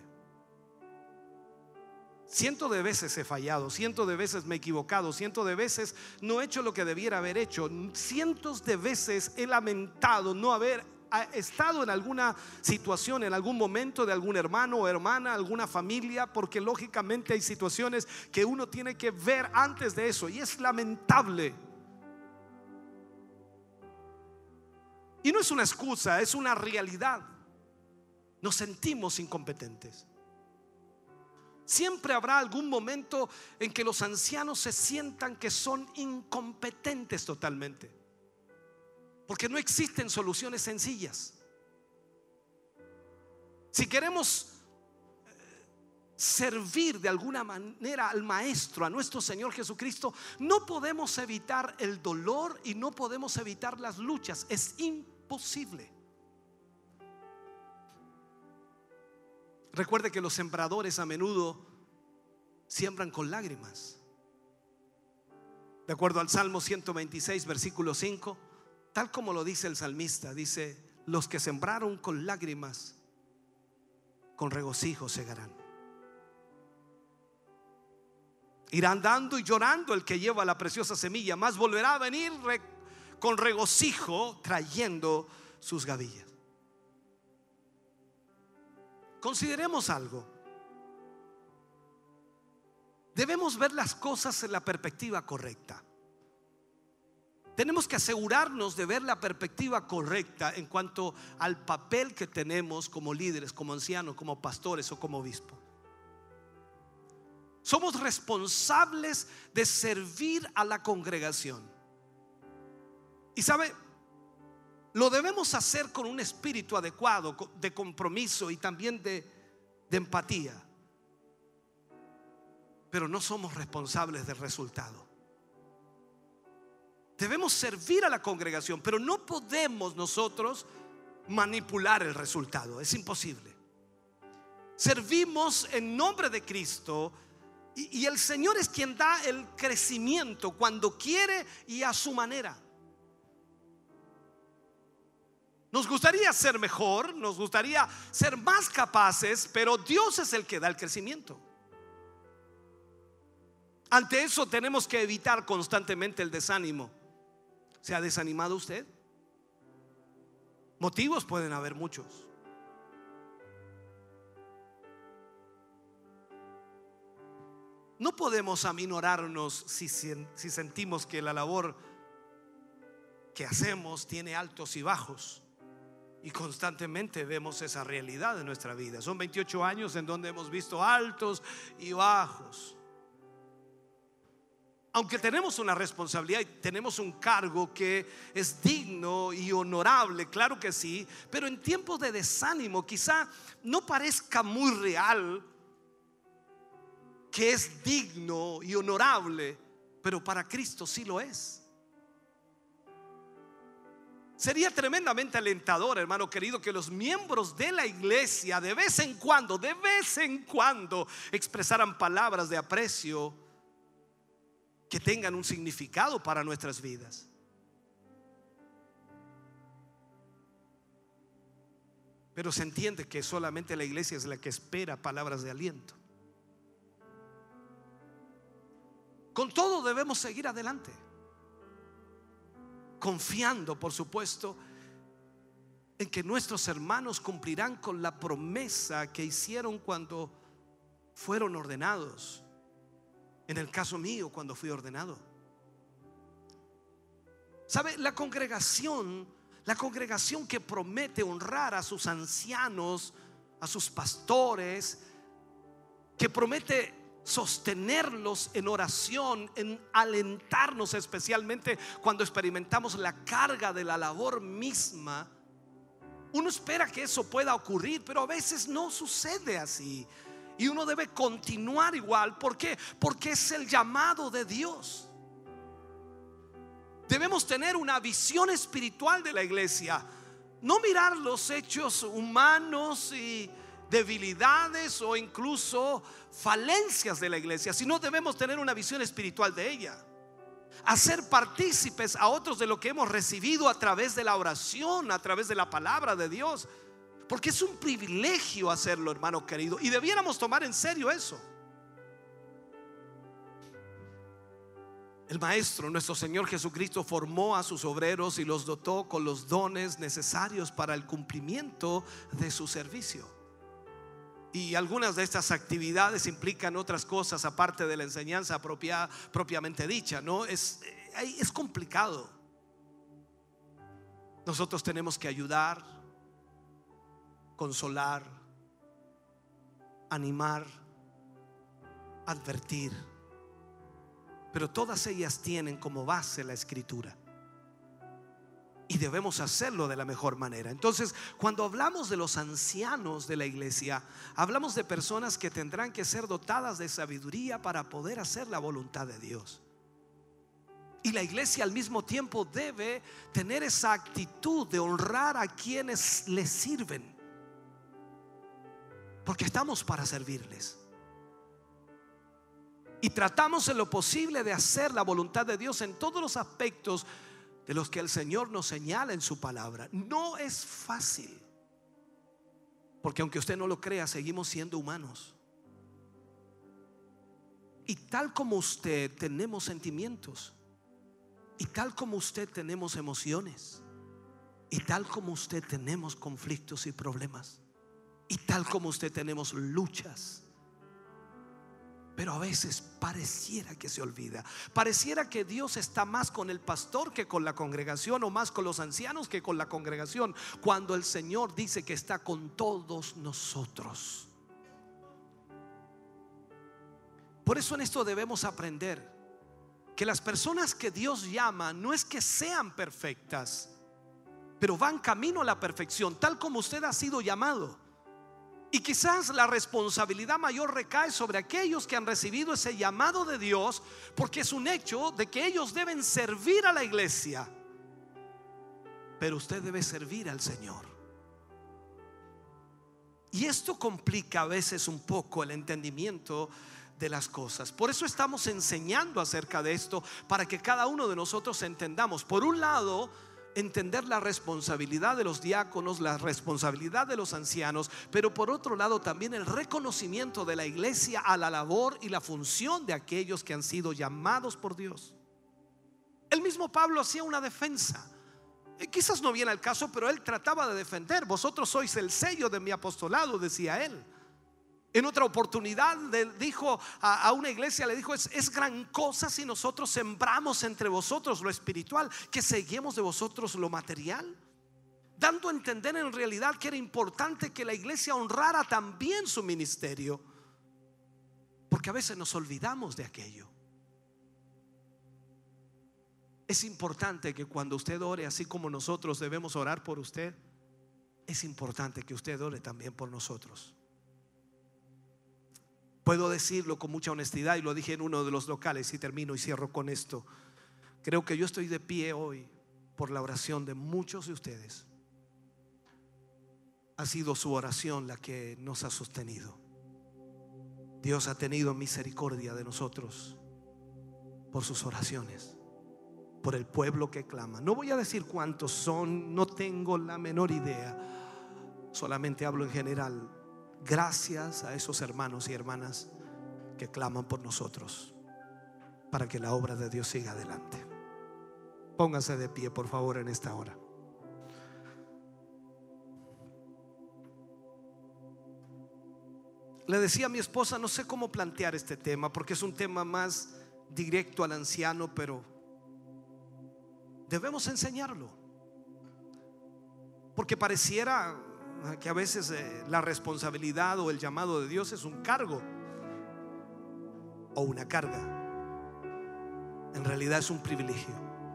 Cientos de veces he fallado, cientos de veces me he equivocado, cientos de veces no he hecho lo que debiera haber hecho, cientos de veces he lamentado no haber estado en alguna situación, en algún momento de algún hermano o hermana, alguna familia, porque lógicamente hay situaciones que uno tiene que ver antes de eso, y es lamentable. Y no es una excusa, es una realidad. Nos sentimos incompetentes. Siempre habrá algún momento en que los ancianos se sientan que son incompetentes totalmente, porque no existen soluciones sencillas. Si queremos servir de alguna manera al Maestro, a nuestro Señor Jesucristo, no podemos evitar el dolor y no podemos evitar las luchas. Es imposible. Recuerde que los sembradores a menudo siembran con lágrimas. De acuerdo al Salmo 126, versículo 5, tal como lo dice el salmista, dice: los que sembraron con lágrimas, con regocijo segarán. Irá andando y llorando el que lleva la preciosa semilla, mas volverá a venir con regocijo trayendo sus gavillas. Consideremos algo. Debemos ver las cosas en la perspectiva correcta. Tenemos que asegurarnos de ver la perspectiva correcta en cuanto al papel que tenemos como líderes, como ancianos, como pastores o como obispos. Somos responsables de servir a la congregación. Y sabe, lo debemos hacer con un espíritu adecuado, de compromiso y también de empatía. Pero no somos responsables del resultado. Debemos servir a la congregación, pero no podemos nosotros manipular el resultado. Es imposible. Servimos en nombre de Cristo y el Señor es quien da el crecimiento cuando quiere y a su manera. Nos gustaría ser mejor, nos gustaría ser más capaces, pero Dios es el que da el crecimiento. Ante eso tenemos que evitar constantemente el desánimo. ¿Se ha desanimado usted? Motivos pueden haber muchos. No podemos aminorarnos si sentimos que la labor que hacemos tiene altos y bajos. Y constantemente vemos esa realidad en nuestra vida. Son 28 años en donde hemos visto altos y bajos. Aunque tenemos una responsabilidad y tenemos un cargo que es digno y honorable, claro que sí, pero en tiempos de desánimo quizá no parezca muy real que es digno y honorable, pero para Cristo sí lo es. Sería tremendamente alentador, hermano querido, que los miembros de la iglesia de vez en cuando expresaran palabras de aprecio que tengan un significado para nuestras vidas. Pero se entiende que solamente la iglesia es la que espera palabras de aliento. Con todo debemos seguir adelante, confiando, por supuesto, en que nuestros hermanos cumplirán con la promesa que hicieron cuando fueron ordenados. En el caso mío, cuando fui ordenado. ¿Sabe? La congregación que promete honrar a sus ancianos, a sus pastores, que promete sostenerlos en oración, en alentarnos, especialmente cuando experimentamos la carga de la labor misma. Uno espera que eso pueda ocurrir, pero a veces no sucede así. Y uno debe continuar igual. ¿Por qué? Porque es el llamado de Dios. Debemos tener una visión espiritual de la iglesia. No mirar los hechos humanos y debilidades o incluso falencias de la iglesia, sino debemos tener una visión espiritual de ella. Hacer partícipes a otros de lo que hemos recibido a través de la oración, a través de la palabra de Dios. Porque es un privilegio hacerlo, hermano querido, y debiéramos tomar en serio eso. El Maestro, nuestro Señor Jesucristo, formó a sus obreros y los dotó con los dones necesarios para el cumplimiento de su servicio. Y algunas de estas actividades implican otras cosas aparte de la enseñanza propiamente dicha, ¿no? Es complicado. Nosotros tenemos que ayudar, consolar, animar, advertir, pero todas ellas tienen como base la Escritura y debemos hacerlo de la mejor manera. Entonces, cuando hablamos de los ancianos de la iglesia, hablamos de personas que tendrán que ser dotadas de sabiduría para poder hacer la voluntad de Dios. Y la iglesia al mismo tiempo debe tener esa actitud de honrar a quienes le sirven, porque estamos para servirles. Y tratamos en lo posible de hacer la voluntad de Dios en todos los aspectos de los que el Señor nos señala en su palabra. No es fácil, porque aunque usted no lo crea, seguimos siendo humanos. Y tal como usted tenemos sentimientos, y tal como usted tenemos emociones, y tal como usted tenemos conflictos y problemas, y tal como usted tenemos luchas. Pero a veces pareciera que se olvida, pareciera que Dios está más con el pastor que con la congregación, o más con los ancianos que con la congregación, cuando el Señor dice que está con todos nosotros. Por eso en esto debemos aprender que las personas que Dios llama no es que sean perfectas, pero van camino a la perfección, tal como usted ha sido llamado. Y quizás la responsabilidad mayor recae sobre aquellos que han recibido ese llamado de Dios, porque es un hecho de que ellos deben servir a la iglesia, pero usted debe servir al Señor. Y esto complica a veces un poco el entendimiento de las cosas. Por eso estamos enseñando acerca de esto, para que cada uno de nosotros entendamos, por un lado, entender la responsabilidad de los diáconos, la responsabilidad de los ancianos, pero por otro lado también el reconocimiento de la iglesia a la labor y la función de aquellos que han sido llamados por Dios. El mismo Pablo hacía una defensa, quizás no viene al caso, pero él trataba de defender. Vosotros sois el sello de mi apostolado, decía él. En otra oportunidad dijo a una iglesia, le dijo: es gran cosa si nosotros sembramos entre vosotros lo espiritual, que seguimos de vosotros lo material. Dando a entender en realidad que era importante que la iglesia honrara también su ministerio, porque a veces nos olvidamos de aquello. Es importante que cuando usted ore, así como nosotros debemos orar por usted, es importante que usted ore también por nosotros. Puedo decirlo con mucha honestidad, y lo dije en uno de los locales, y termino y cierro con esto. Creo que yo estoy de pie hoy por la oración de muchos de ustedes. Ha sido su oración la que nos ha sostenido. Dios ha tenido misericordia de nosotros por sus oraciones, por el pueblo que clama. No voy a decir cuántos son, no tengo la menor idea, solamente hablo en general. Gracias a esos hermanos y hermanas que claman por nosotros, para que la obra de Dios siga adelante. Póngase de pie, por favor, en esta hora. Le decía a mi esposa, no sé cómo plantear este tema, porque es un tema más directo al anciano, pero debemos enseñarlo, porque pareciera que a veces la responsabilidad o el llamado de Dios es un cargo o una carga. En realidad es un privilegio,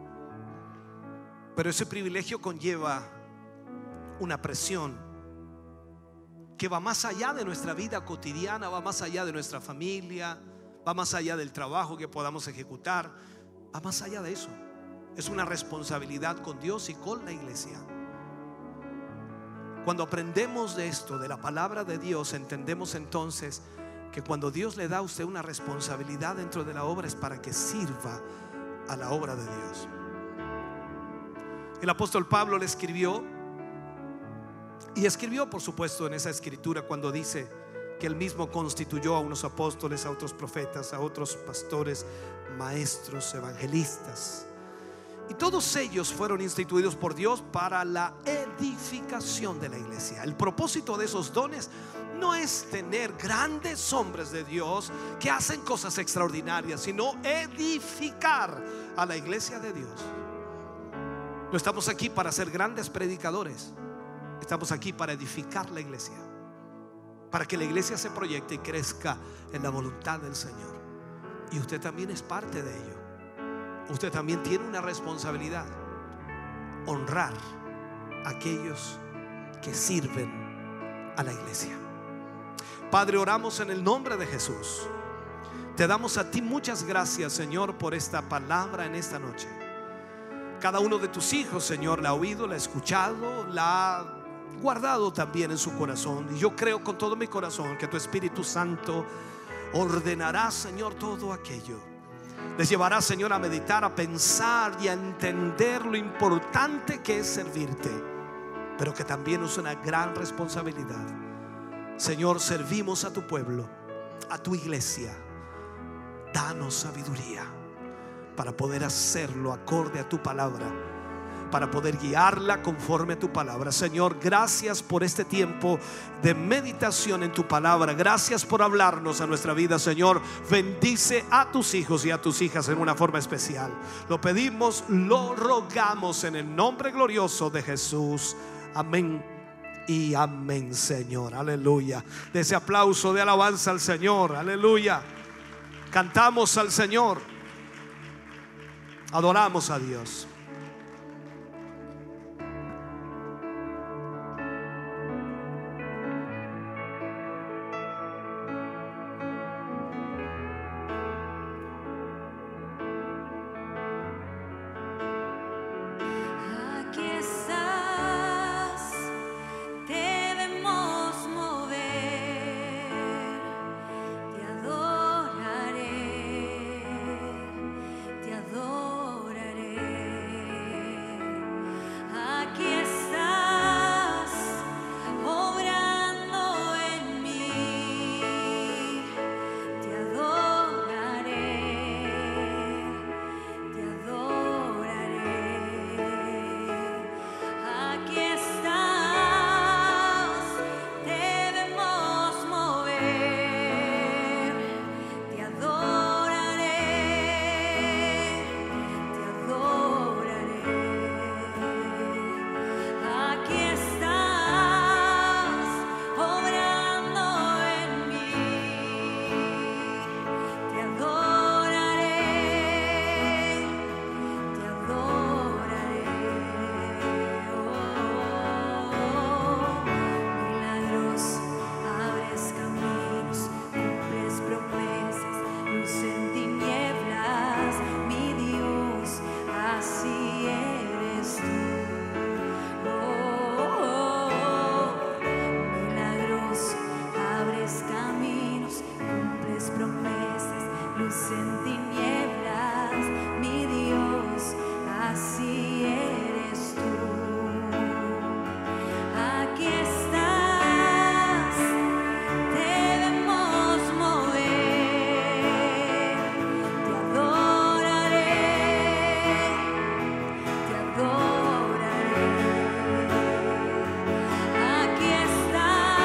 pero ese privilegio conlleva una presión que va más allá de nuestra vida cotidiana, va más allá de nuestra familia, va más allá del trabajo que podamos ejecutar, va más allá de eso. Es una responsabilidad con Dios y con la iglesia. Cuando aprendemos de esto, de la palabra de Dios, entendemos entonces que cuando Dios le da a usted una responsabilidad dentro de la obra, es para que sirva a la obra de Dios. El apóstol Pablo le escribió, y escribió por supuesto en esa escritura cuando dice que él mismo constituyó a unos apóstoles, a otros profetas, a otros pastores, maestros, evangelistas. Y todos ellos fueron instituidos por Dios para la edificación de la iglesia. El propósito de esos dones no es tener grandes hombres de Dios que hacen cosas extraordinarias, sino edificar a la iglesia de Dios. No estamos aquí para ser grandes predicadores, estamos aquí para edificar la iglesia, para que la iglesia se proyecte y crezca en la voluntad del Señor. Y usted también es parte de ello. Usted también tiene una responsabilidad: honrar a aquellos que sirven a la iglesia. Padre, oramos en el nombre de Jesús. Te damos a ti muchas gracias, Señor, por esta palabra en esta noche. Cada uno de tus hijos, Señor, la ha oído, la ha escuchado, la ha guardado también en su corazón. Y yo creo con todo mi corazón que tu Espíritu Santo ordenará, Señor, todo aquello Les llevará, Señor, a meditar, a pensar y a entender lo importante que es servirte, pero que también es una gran responsabilidad. Señor, servimos a tu pueblo, a tu iglesia. Danos sabiduría para poder hacerlo acorde a tu palabra, para poder guiarla conforme a tu palabra. Señor, gracias por este tiempo de meditación en tu palabra. Gracias por hablarnos a nuestra vida, Señor. Bendice a tus hijos y a tus hijas en una forma especial. Lo pedimos, lo rogamos en el nombre glorioso de Jesús. Amén y amén, Señor. Aleluya. De ese aplauso de alabanza al Señor. Aleluya. Cantamos al Señor. Adoramos a Dios.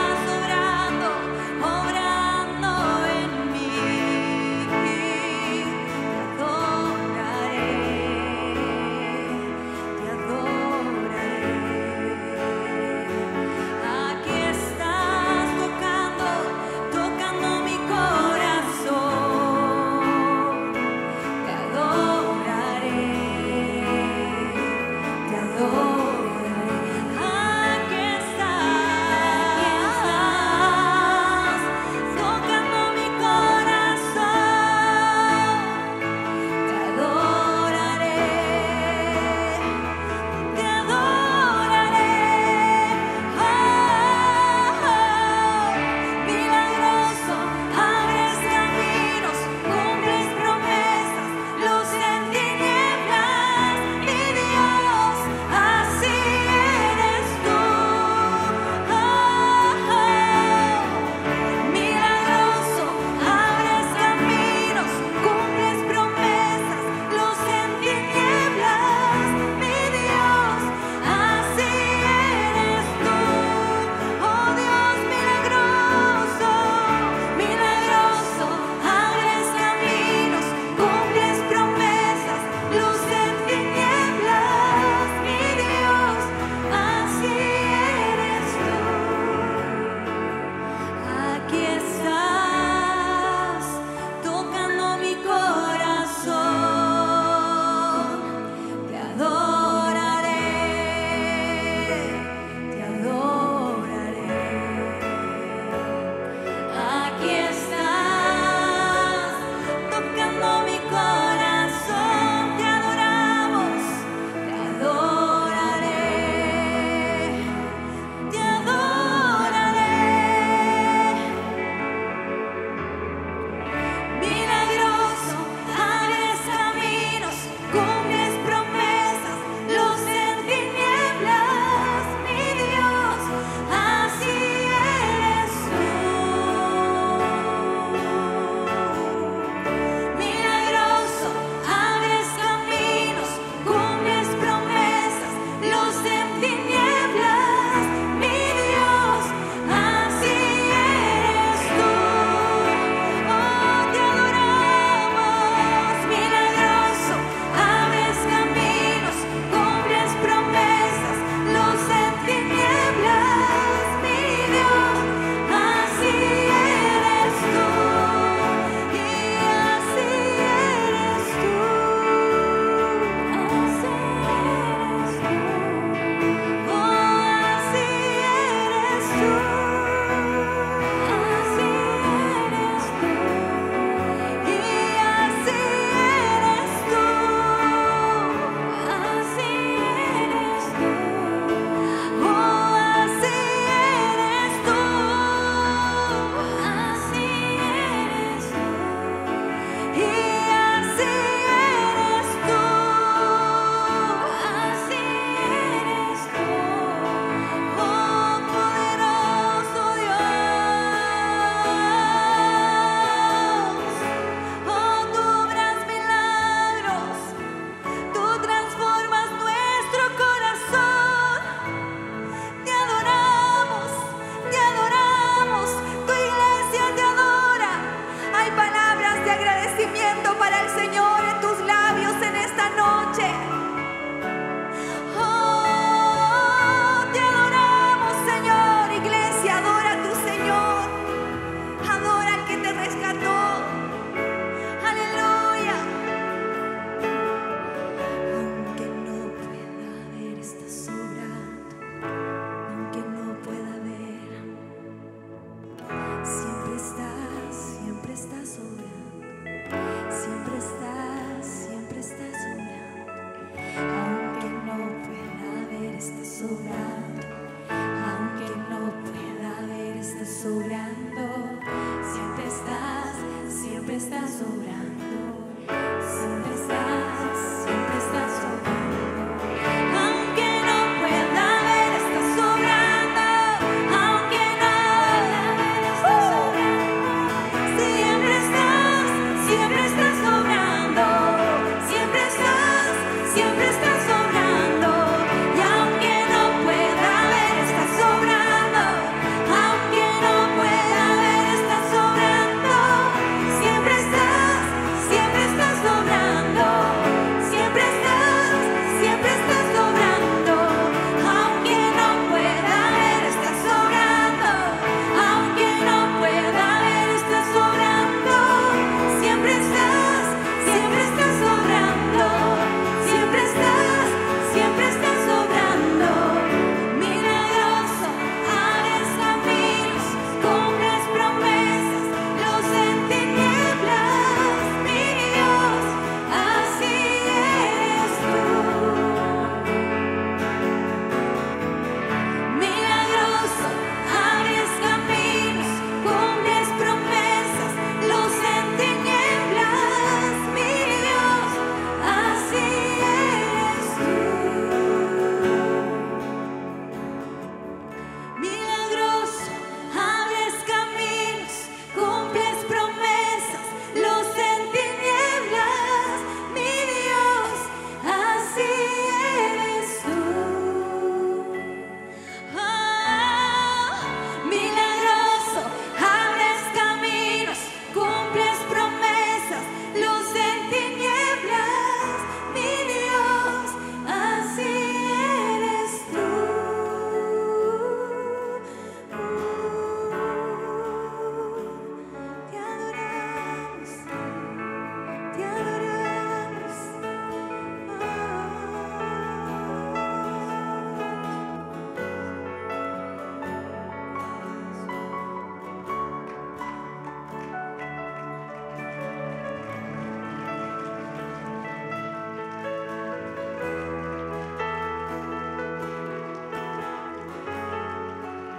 Obrando en mí.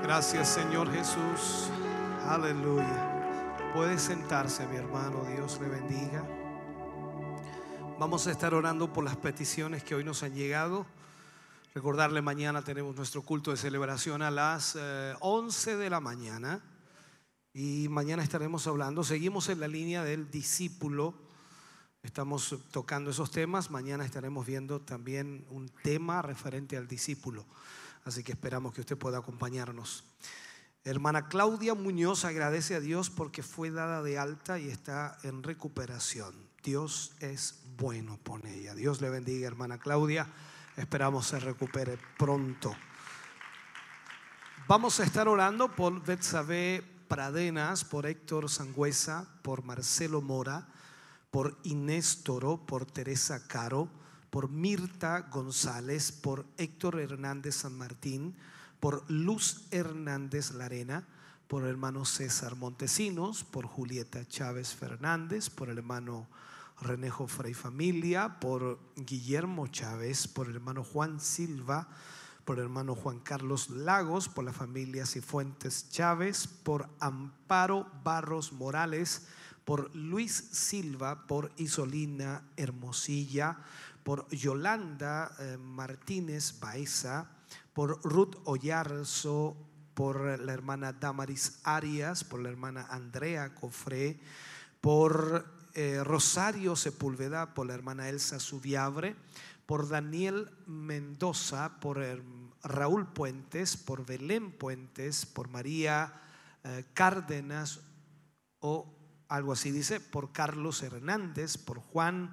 Gracias, Señor Jesús. Aleluya. Puede sentarse, mi hermano. Dios le bendiga. Vamos a estar orando por las peticiones que hoy nos han llegado. Recordarle, mañana tenemos nuestro culto de celebración a las 11 de la mañana. Y mañana estaremos hablando, seguimos en la línea del discípulo. Estamos tocando esos temas. Mañana estaremos viendo también un tema referente al discípulo. Así que esperamos que usted pueda acompañarnos. Hermana Claudia Muñoz agradece a Dios porque fue dada de alta y está en recuperación. Dios es bueno, pone ella. Dios le bendiga, hermana Claudia. Esperamos se recupere pronto. Vamos a estar orando por Betsabé Pradenas, por Héctor Sangüesa, por Marcelo Mora, por Inés Toro, por Teresa Caro, por Mirta González, por Héctor Hernández San Martín, por Luz Hernández Larena, por el hermano César Montesinos, por Julieta Chávez Fernández, por el hermano Renejo Frey Familia, por Guillermo Chávez, por el hermano Juan Silva, por el hermano Juan Carlos Lagos, por la familia Cifuentes Chávez, por Amparo Barros Morales, por Luis Silva, por Isolina Hermosilla, por Yolanda Martínez Baeza, por Ruth Oyarzo, por la hermana Damaris Arias, por la hermana Andrea Cofré, por Rosario Sepúlveda, por la hermana Elsa Subiabre, por Daniel Mendoza, por Raúl Puentes, por Belén Puentes, por María Cárdenas o algo así dice, por Carlos Hernández, por Juan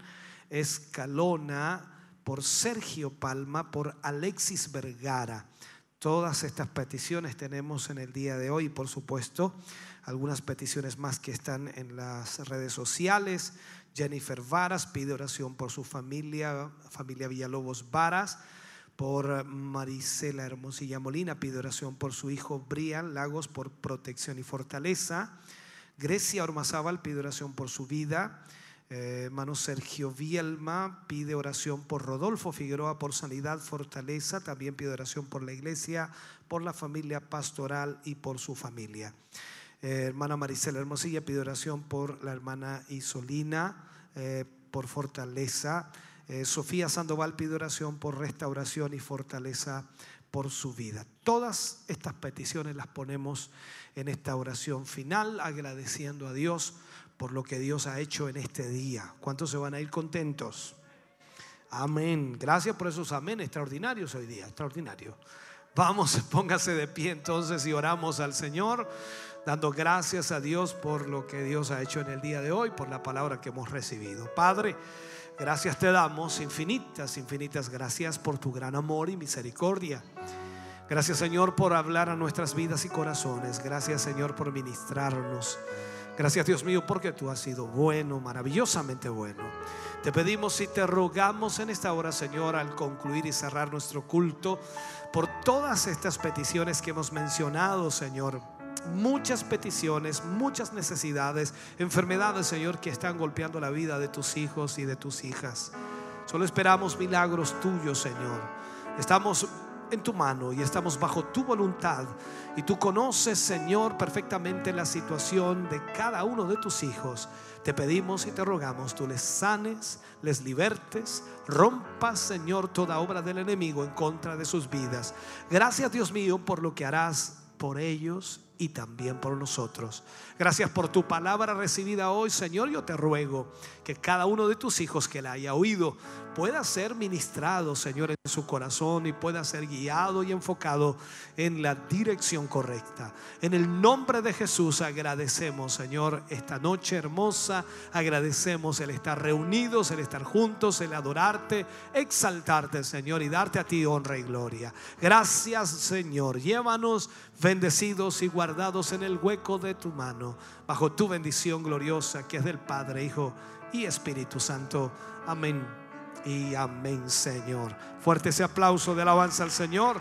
Escalona, por Sergio Palma, por Alexis Vergara. Todas estas peticiones tenemos en el día de hoy y por supuesto algunas peticiones más que están en las redes sociales. Jennifer Varas pide oración por su familia Villalobos Varas. Por Marisela Hermosilla Molina pide oración por su hijo Brian Lagos por protección y fortaleza. Grecia Ormazábal pide oración por su vida. Hermano Sergio Vielma pide oración por Rodolfo Figueroa por sanidad, fortaleza. También pide oración por la iglesia, por la familia pastoral y por su familia. Hermana Marisela Hermosilla pide oración por la hermana Isolina, por fortaleza. Sofía Sandoval pide oración por restauración y fortaleza por su vida. Todas estas peticiones las ponemos en esta oración final, agradeciendo a Dios por lo que Dios ha hecho en este día. ¿Cuántos se van a ir contentos? Amén. Gracias por esos amén extraordinarios hoy día, extraordinario. Vamos, póngase de pie entonces y oramos al Señor, dando gracias a Dios por lo que Dios ha hecho en el día de hoy, por la palabra que hemos recibido. Padre, gracias te damos, infinitas, infinitas gracias por tu gran amor y misericordia. Gracias, Señor, por hablar a nuestras vidas y corazones. Gracias, Señor, por ministrarnos. Gracias, Dios mío, porque tú has sido bueno, maravillosamente bueno. Te pedimos y te rogamos en esta hora, Señor, al concluir y cerrar nuestro culto, por todas estas peticiones que hemos mencionado, Señor. Muchas peticiones, muchas necesidades, enfermedades, Señor, que están golpeando la vida de tus hijos y de tus hijas. Solo esperamos milagros tuyos, Señor. Estamos en tu mano y estamos bajo tu voluntad. Y tú conoces, Señor, perfectamente la situación de cada uno de tus hijos. Te pedimos y te rogamos, tú les sanes, les libertes, rompas, Señor, toda obra del enemigo en contra de sus vidas. Gracias, Dios mío, por lo que harás por ellos y también por nosotros. Gracias por tu palabra recibida hoy, Señor. Yo te ruego que cada uno de tus hijos que la haya oído pueda ser ministrado, Señor, en su corazón y pueda ser guiado y enfocado en la dirección correcta. En el nombre de Jesús agradecemos, Señor, esta noche hermosa. Agradecemos el estar reunidos, el estar juntos, el adorarte, exaltarte, Señor, y darte a ti honra y gloria. Gracias, Señor. Llévanos bendecidos y guardados en el hueco de tu mano, bajo tu bendición gloriosa que es del Padre, Hijo y Espíritu Santo. Amén y amén, Señor. Fuerte ese aplauso de alabanza al Señor.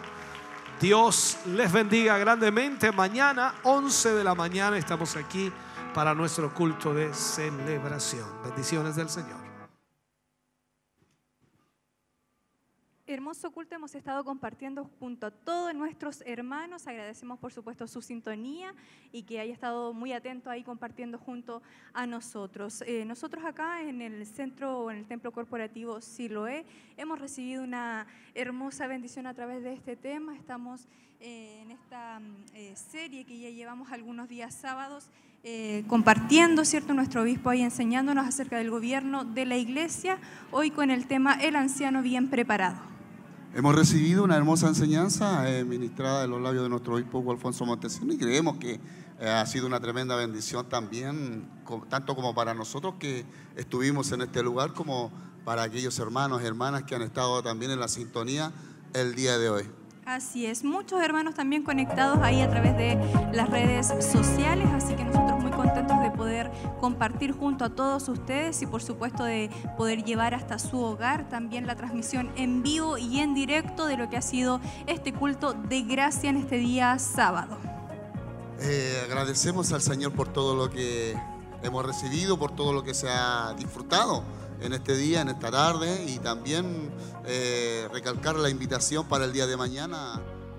Dios les bendiga grandemente. Mañana 11 de la mañana estamos aquí para nuestro culto de celebración. Bendiciones del Señor. hermoso culto hemos estado compartiendo junto a todos nuestros hermanos. Agradecemos por supuesto su sintonía y que haya estado muy atento ahí compartiendo junto a nosotros. Nosotros acá en el centro, en el templo corporativo Siloé, hemos recibido una hermosa bendición a través de este tema. Estamos en esta serie que ya llevamos algunos días sábados compartiendo, ¿cierto? Nuestro obispo ahí enseñándonos acerca del gobierno de la iglesia, hoy con el tema El anciano bien preparado. Hemos recibido una hermosa enseñanza ministrada de los labios de nuestro obispo Hugo Alfonso Montesino y creemos que ha sido una tremenda bendición también, tanto como para nosotros que estuvimos en este lugar, como para aquellos hermanos y hermanas que han estado también en la sintonía el día de hoy. Así es, muchos hermanos también conectados ahí a través de las redes sociales, así que nosotros muy contentos de poder compartir junto a todos ustedes y por supuesto de poder llevar hasta su hogar también la transmisión en vivo y en directo de lo que ha sido este culto de gracia en este día sábado. Agradecemos al Señor por todo lo que hemos recibido, por todo lo que se ha disfrutado en este día, en esta tarde, y también recalcar la invitación para el día de mañana.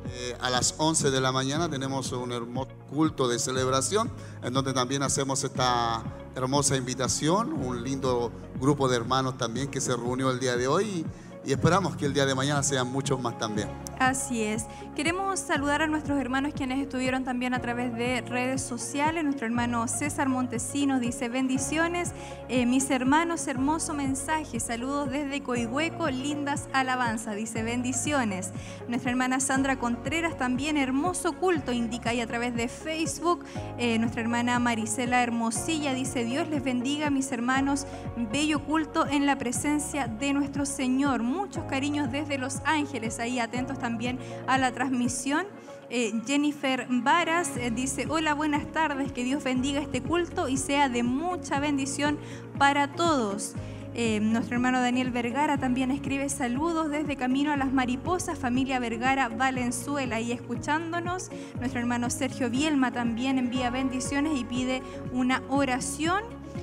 A las 11 de la mañana tenemos un hermoso culto de celebración en donde también hacemos esta hermosa invitación, un lindo grupo de hermanos también que se reunió el día de hoy y esperamos que el día de mañana sean muchos más también. Así es. Queremos saludar a nuestros hermanos quienes estuvieron también a través de redes sociales. Nuestro hermano César Montesinos dice: bendiciones, mis hermanos, hermoso mensaje. Saludos desde Coihueco, lindas alabanzas. Dice bendiciones. Nuestra hermana Sandra Contreras también, hermoso culto, indica ahí a través de Facebook. Nuestra hermana Marisela Hermosilla dice: Dios les bendiga, mis hermanos, bello culto en la presencia de nuestro Señor. Muchos cariños desde Los Ángeles, ahí atentos también a la transmisión. Jennifer Varas dice: hola, buenas tardes, que Dios bendiga este culto y sea de mucha bendición para todos. Nuestro hermano Daniel Vergara también escribe: saludos desde Camino a las Mariposas, familia Vergara Valenzuela, y escuchándonos. Nuestro hermano Sergio Bielma también envía bendiciones y pide una oración.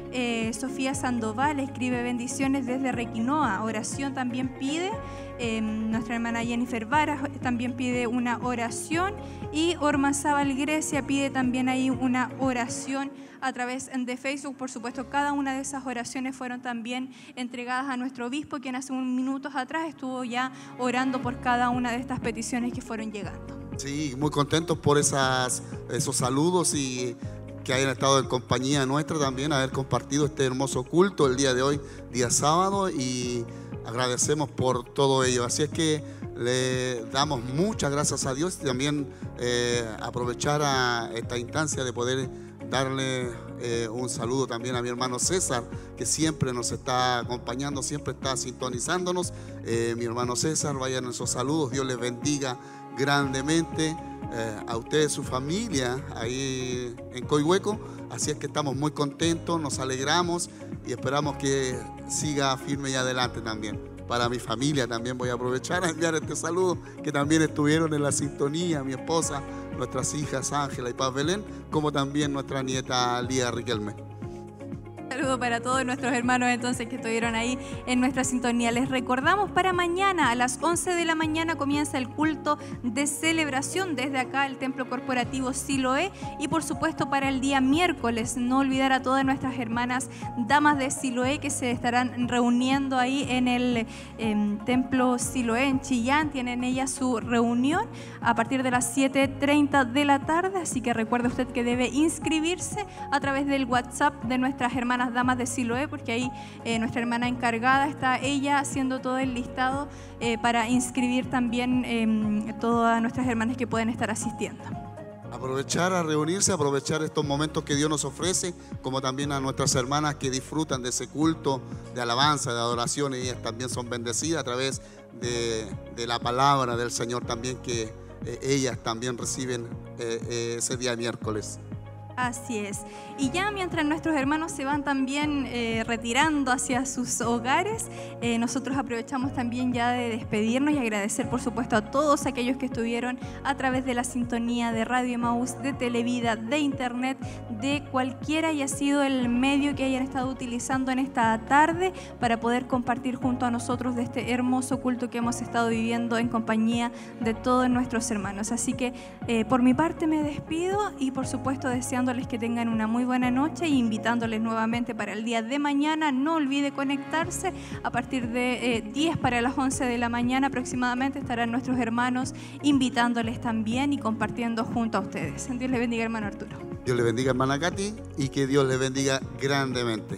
Sofía Sandoval escribe: bendiciones desde Requinoa, oración también pide. Nuestra hermana Jennifer Varas también pide una oración, y Ormazábal Grecia pide también ahí una oración a través de Facebook. Por supuesto, cada una de esas oraciones fueron también entregadas a nuestro obispo, quien hace unos minutos atrás estuvo ya orando por cada una de estas peticiones que fueron llegando. Sí, muy contentos por esos saludos y que hayan estado en compañía nuestra también, haber compartido este hermoso culto el día de hoy, día sábado, y agradecemos por todo ello. Así es que le damos muchas gracias a Dios y también aprovechar a esta instancia de poder darle un saludo también a mi hermano César, que siempre nos está acompañando, siempre está sintonizándonos. Mi hermano César, vayan esos saludos, Dios les bendiga grandemente. A ustedes, su familia ahí en Coihueco. Así es que estamos muy contentos, nos alegramos y esperamos que siga firme y adelante también. Para mi familia también voy a aprovechar a enviar este saludo, que también estuvieron en la sintonía, mi esposa, nuestras hijas Ángela y Paz Belén, como también nuestra nieta Lía Riquelme. Saludo para todos nuestros hermanos entonces que estuvieron ahí en nuestra sintonía. Les recordamos, para mañana a las 11 de la mañana comienza el culto de celebración desde acá el templo corporativo Siloé, y por supuesto para el día miércoles no olvidar a todas nuestras hermanas damas de Siloé que se estarán reuniendo ahí en el templo Siloé en Chillán. Tienen ellas su reunión a partir de las 7:30 de la tarde, así que recuerde usted que debe inscribirse a través del WhatsApp de nuestras hermanas damas de Siloé, porque ahí nuestra hermana encargada está ella haciendo todo el listado para inscribir también todas nuestras hermanas que pueden estar asistiendo. Aprovechar a reunirse, aprovechar estos momentos que Dios nos ofrece, como también a nuestras hermanas que disfrutan de ese culto de alabanza, de adoración, y ellas también son bendecidas a través de la palabra del Señor también, que ellas también reciben ese día miércoles. Así es. Y ya mientras nuestros hermanos se van también retirando hacia sus hogares, nosotros aprovechamos también ya de despedirnos y agradecer por supuesto a todos aquellos que estuvieron a través de la sintonía de Radio Emaús, de Televida, de Internet, de cualquiera haya sido el medio que hayan estado utilizando en esta tarde para poder compartir junto a nosotros de este hermoso culto que hemos estado viviendo en compañía de todos nuestros hermanos. Así que por mi parte me despido y por supuesto deseándoles que tengan una muy buena noche e invitándoles nuevamente para el día de mañana. No olvide conectarse a partir de 10 para las 11 de la mañana aproximadamente. Estarán nuestros hermanos invitándoles también y compartiendo junto a ustedes. Dios le bendiga, hermano Arturo. Dios le bendiga, hermana Katy, y que Dios le bendiga grandemente.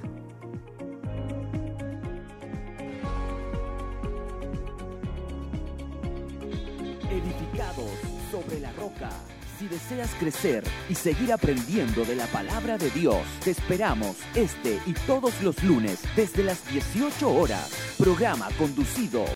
Edificados sobre la roca. Si deseas crecer y seguir aprendiendo de la palabra de Dios, te esperamos este y todos los lunes desde las 18 horas. Programa conducido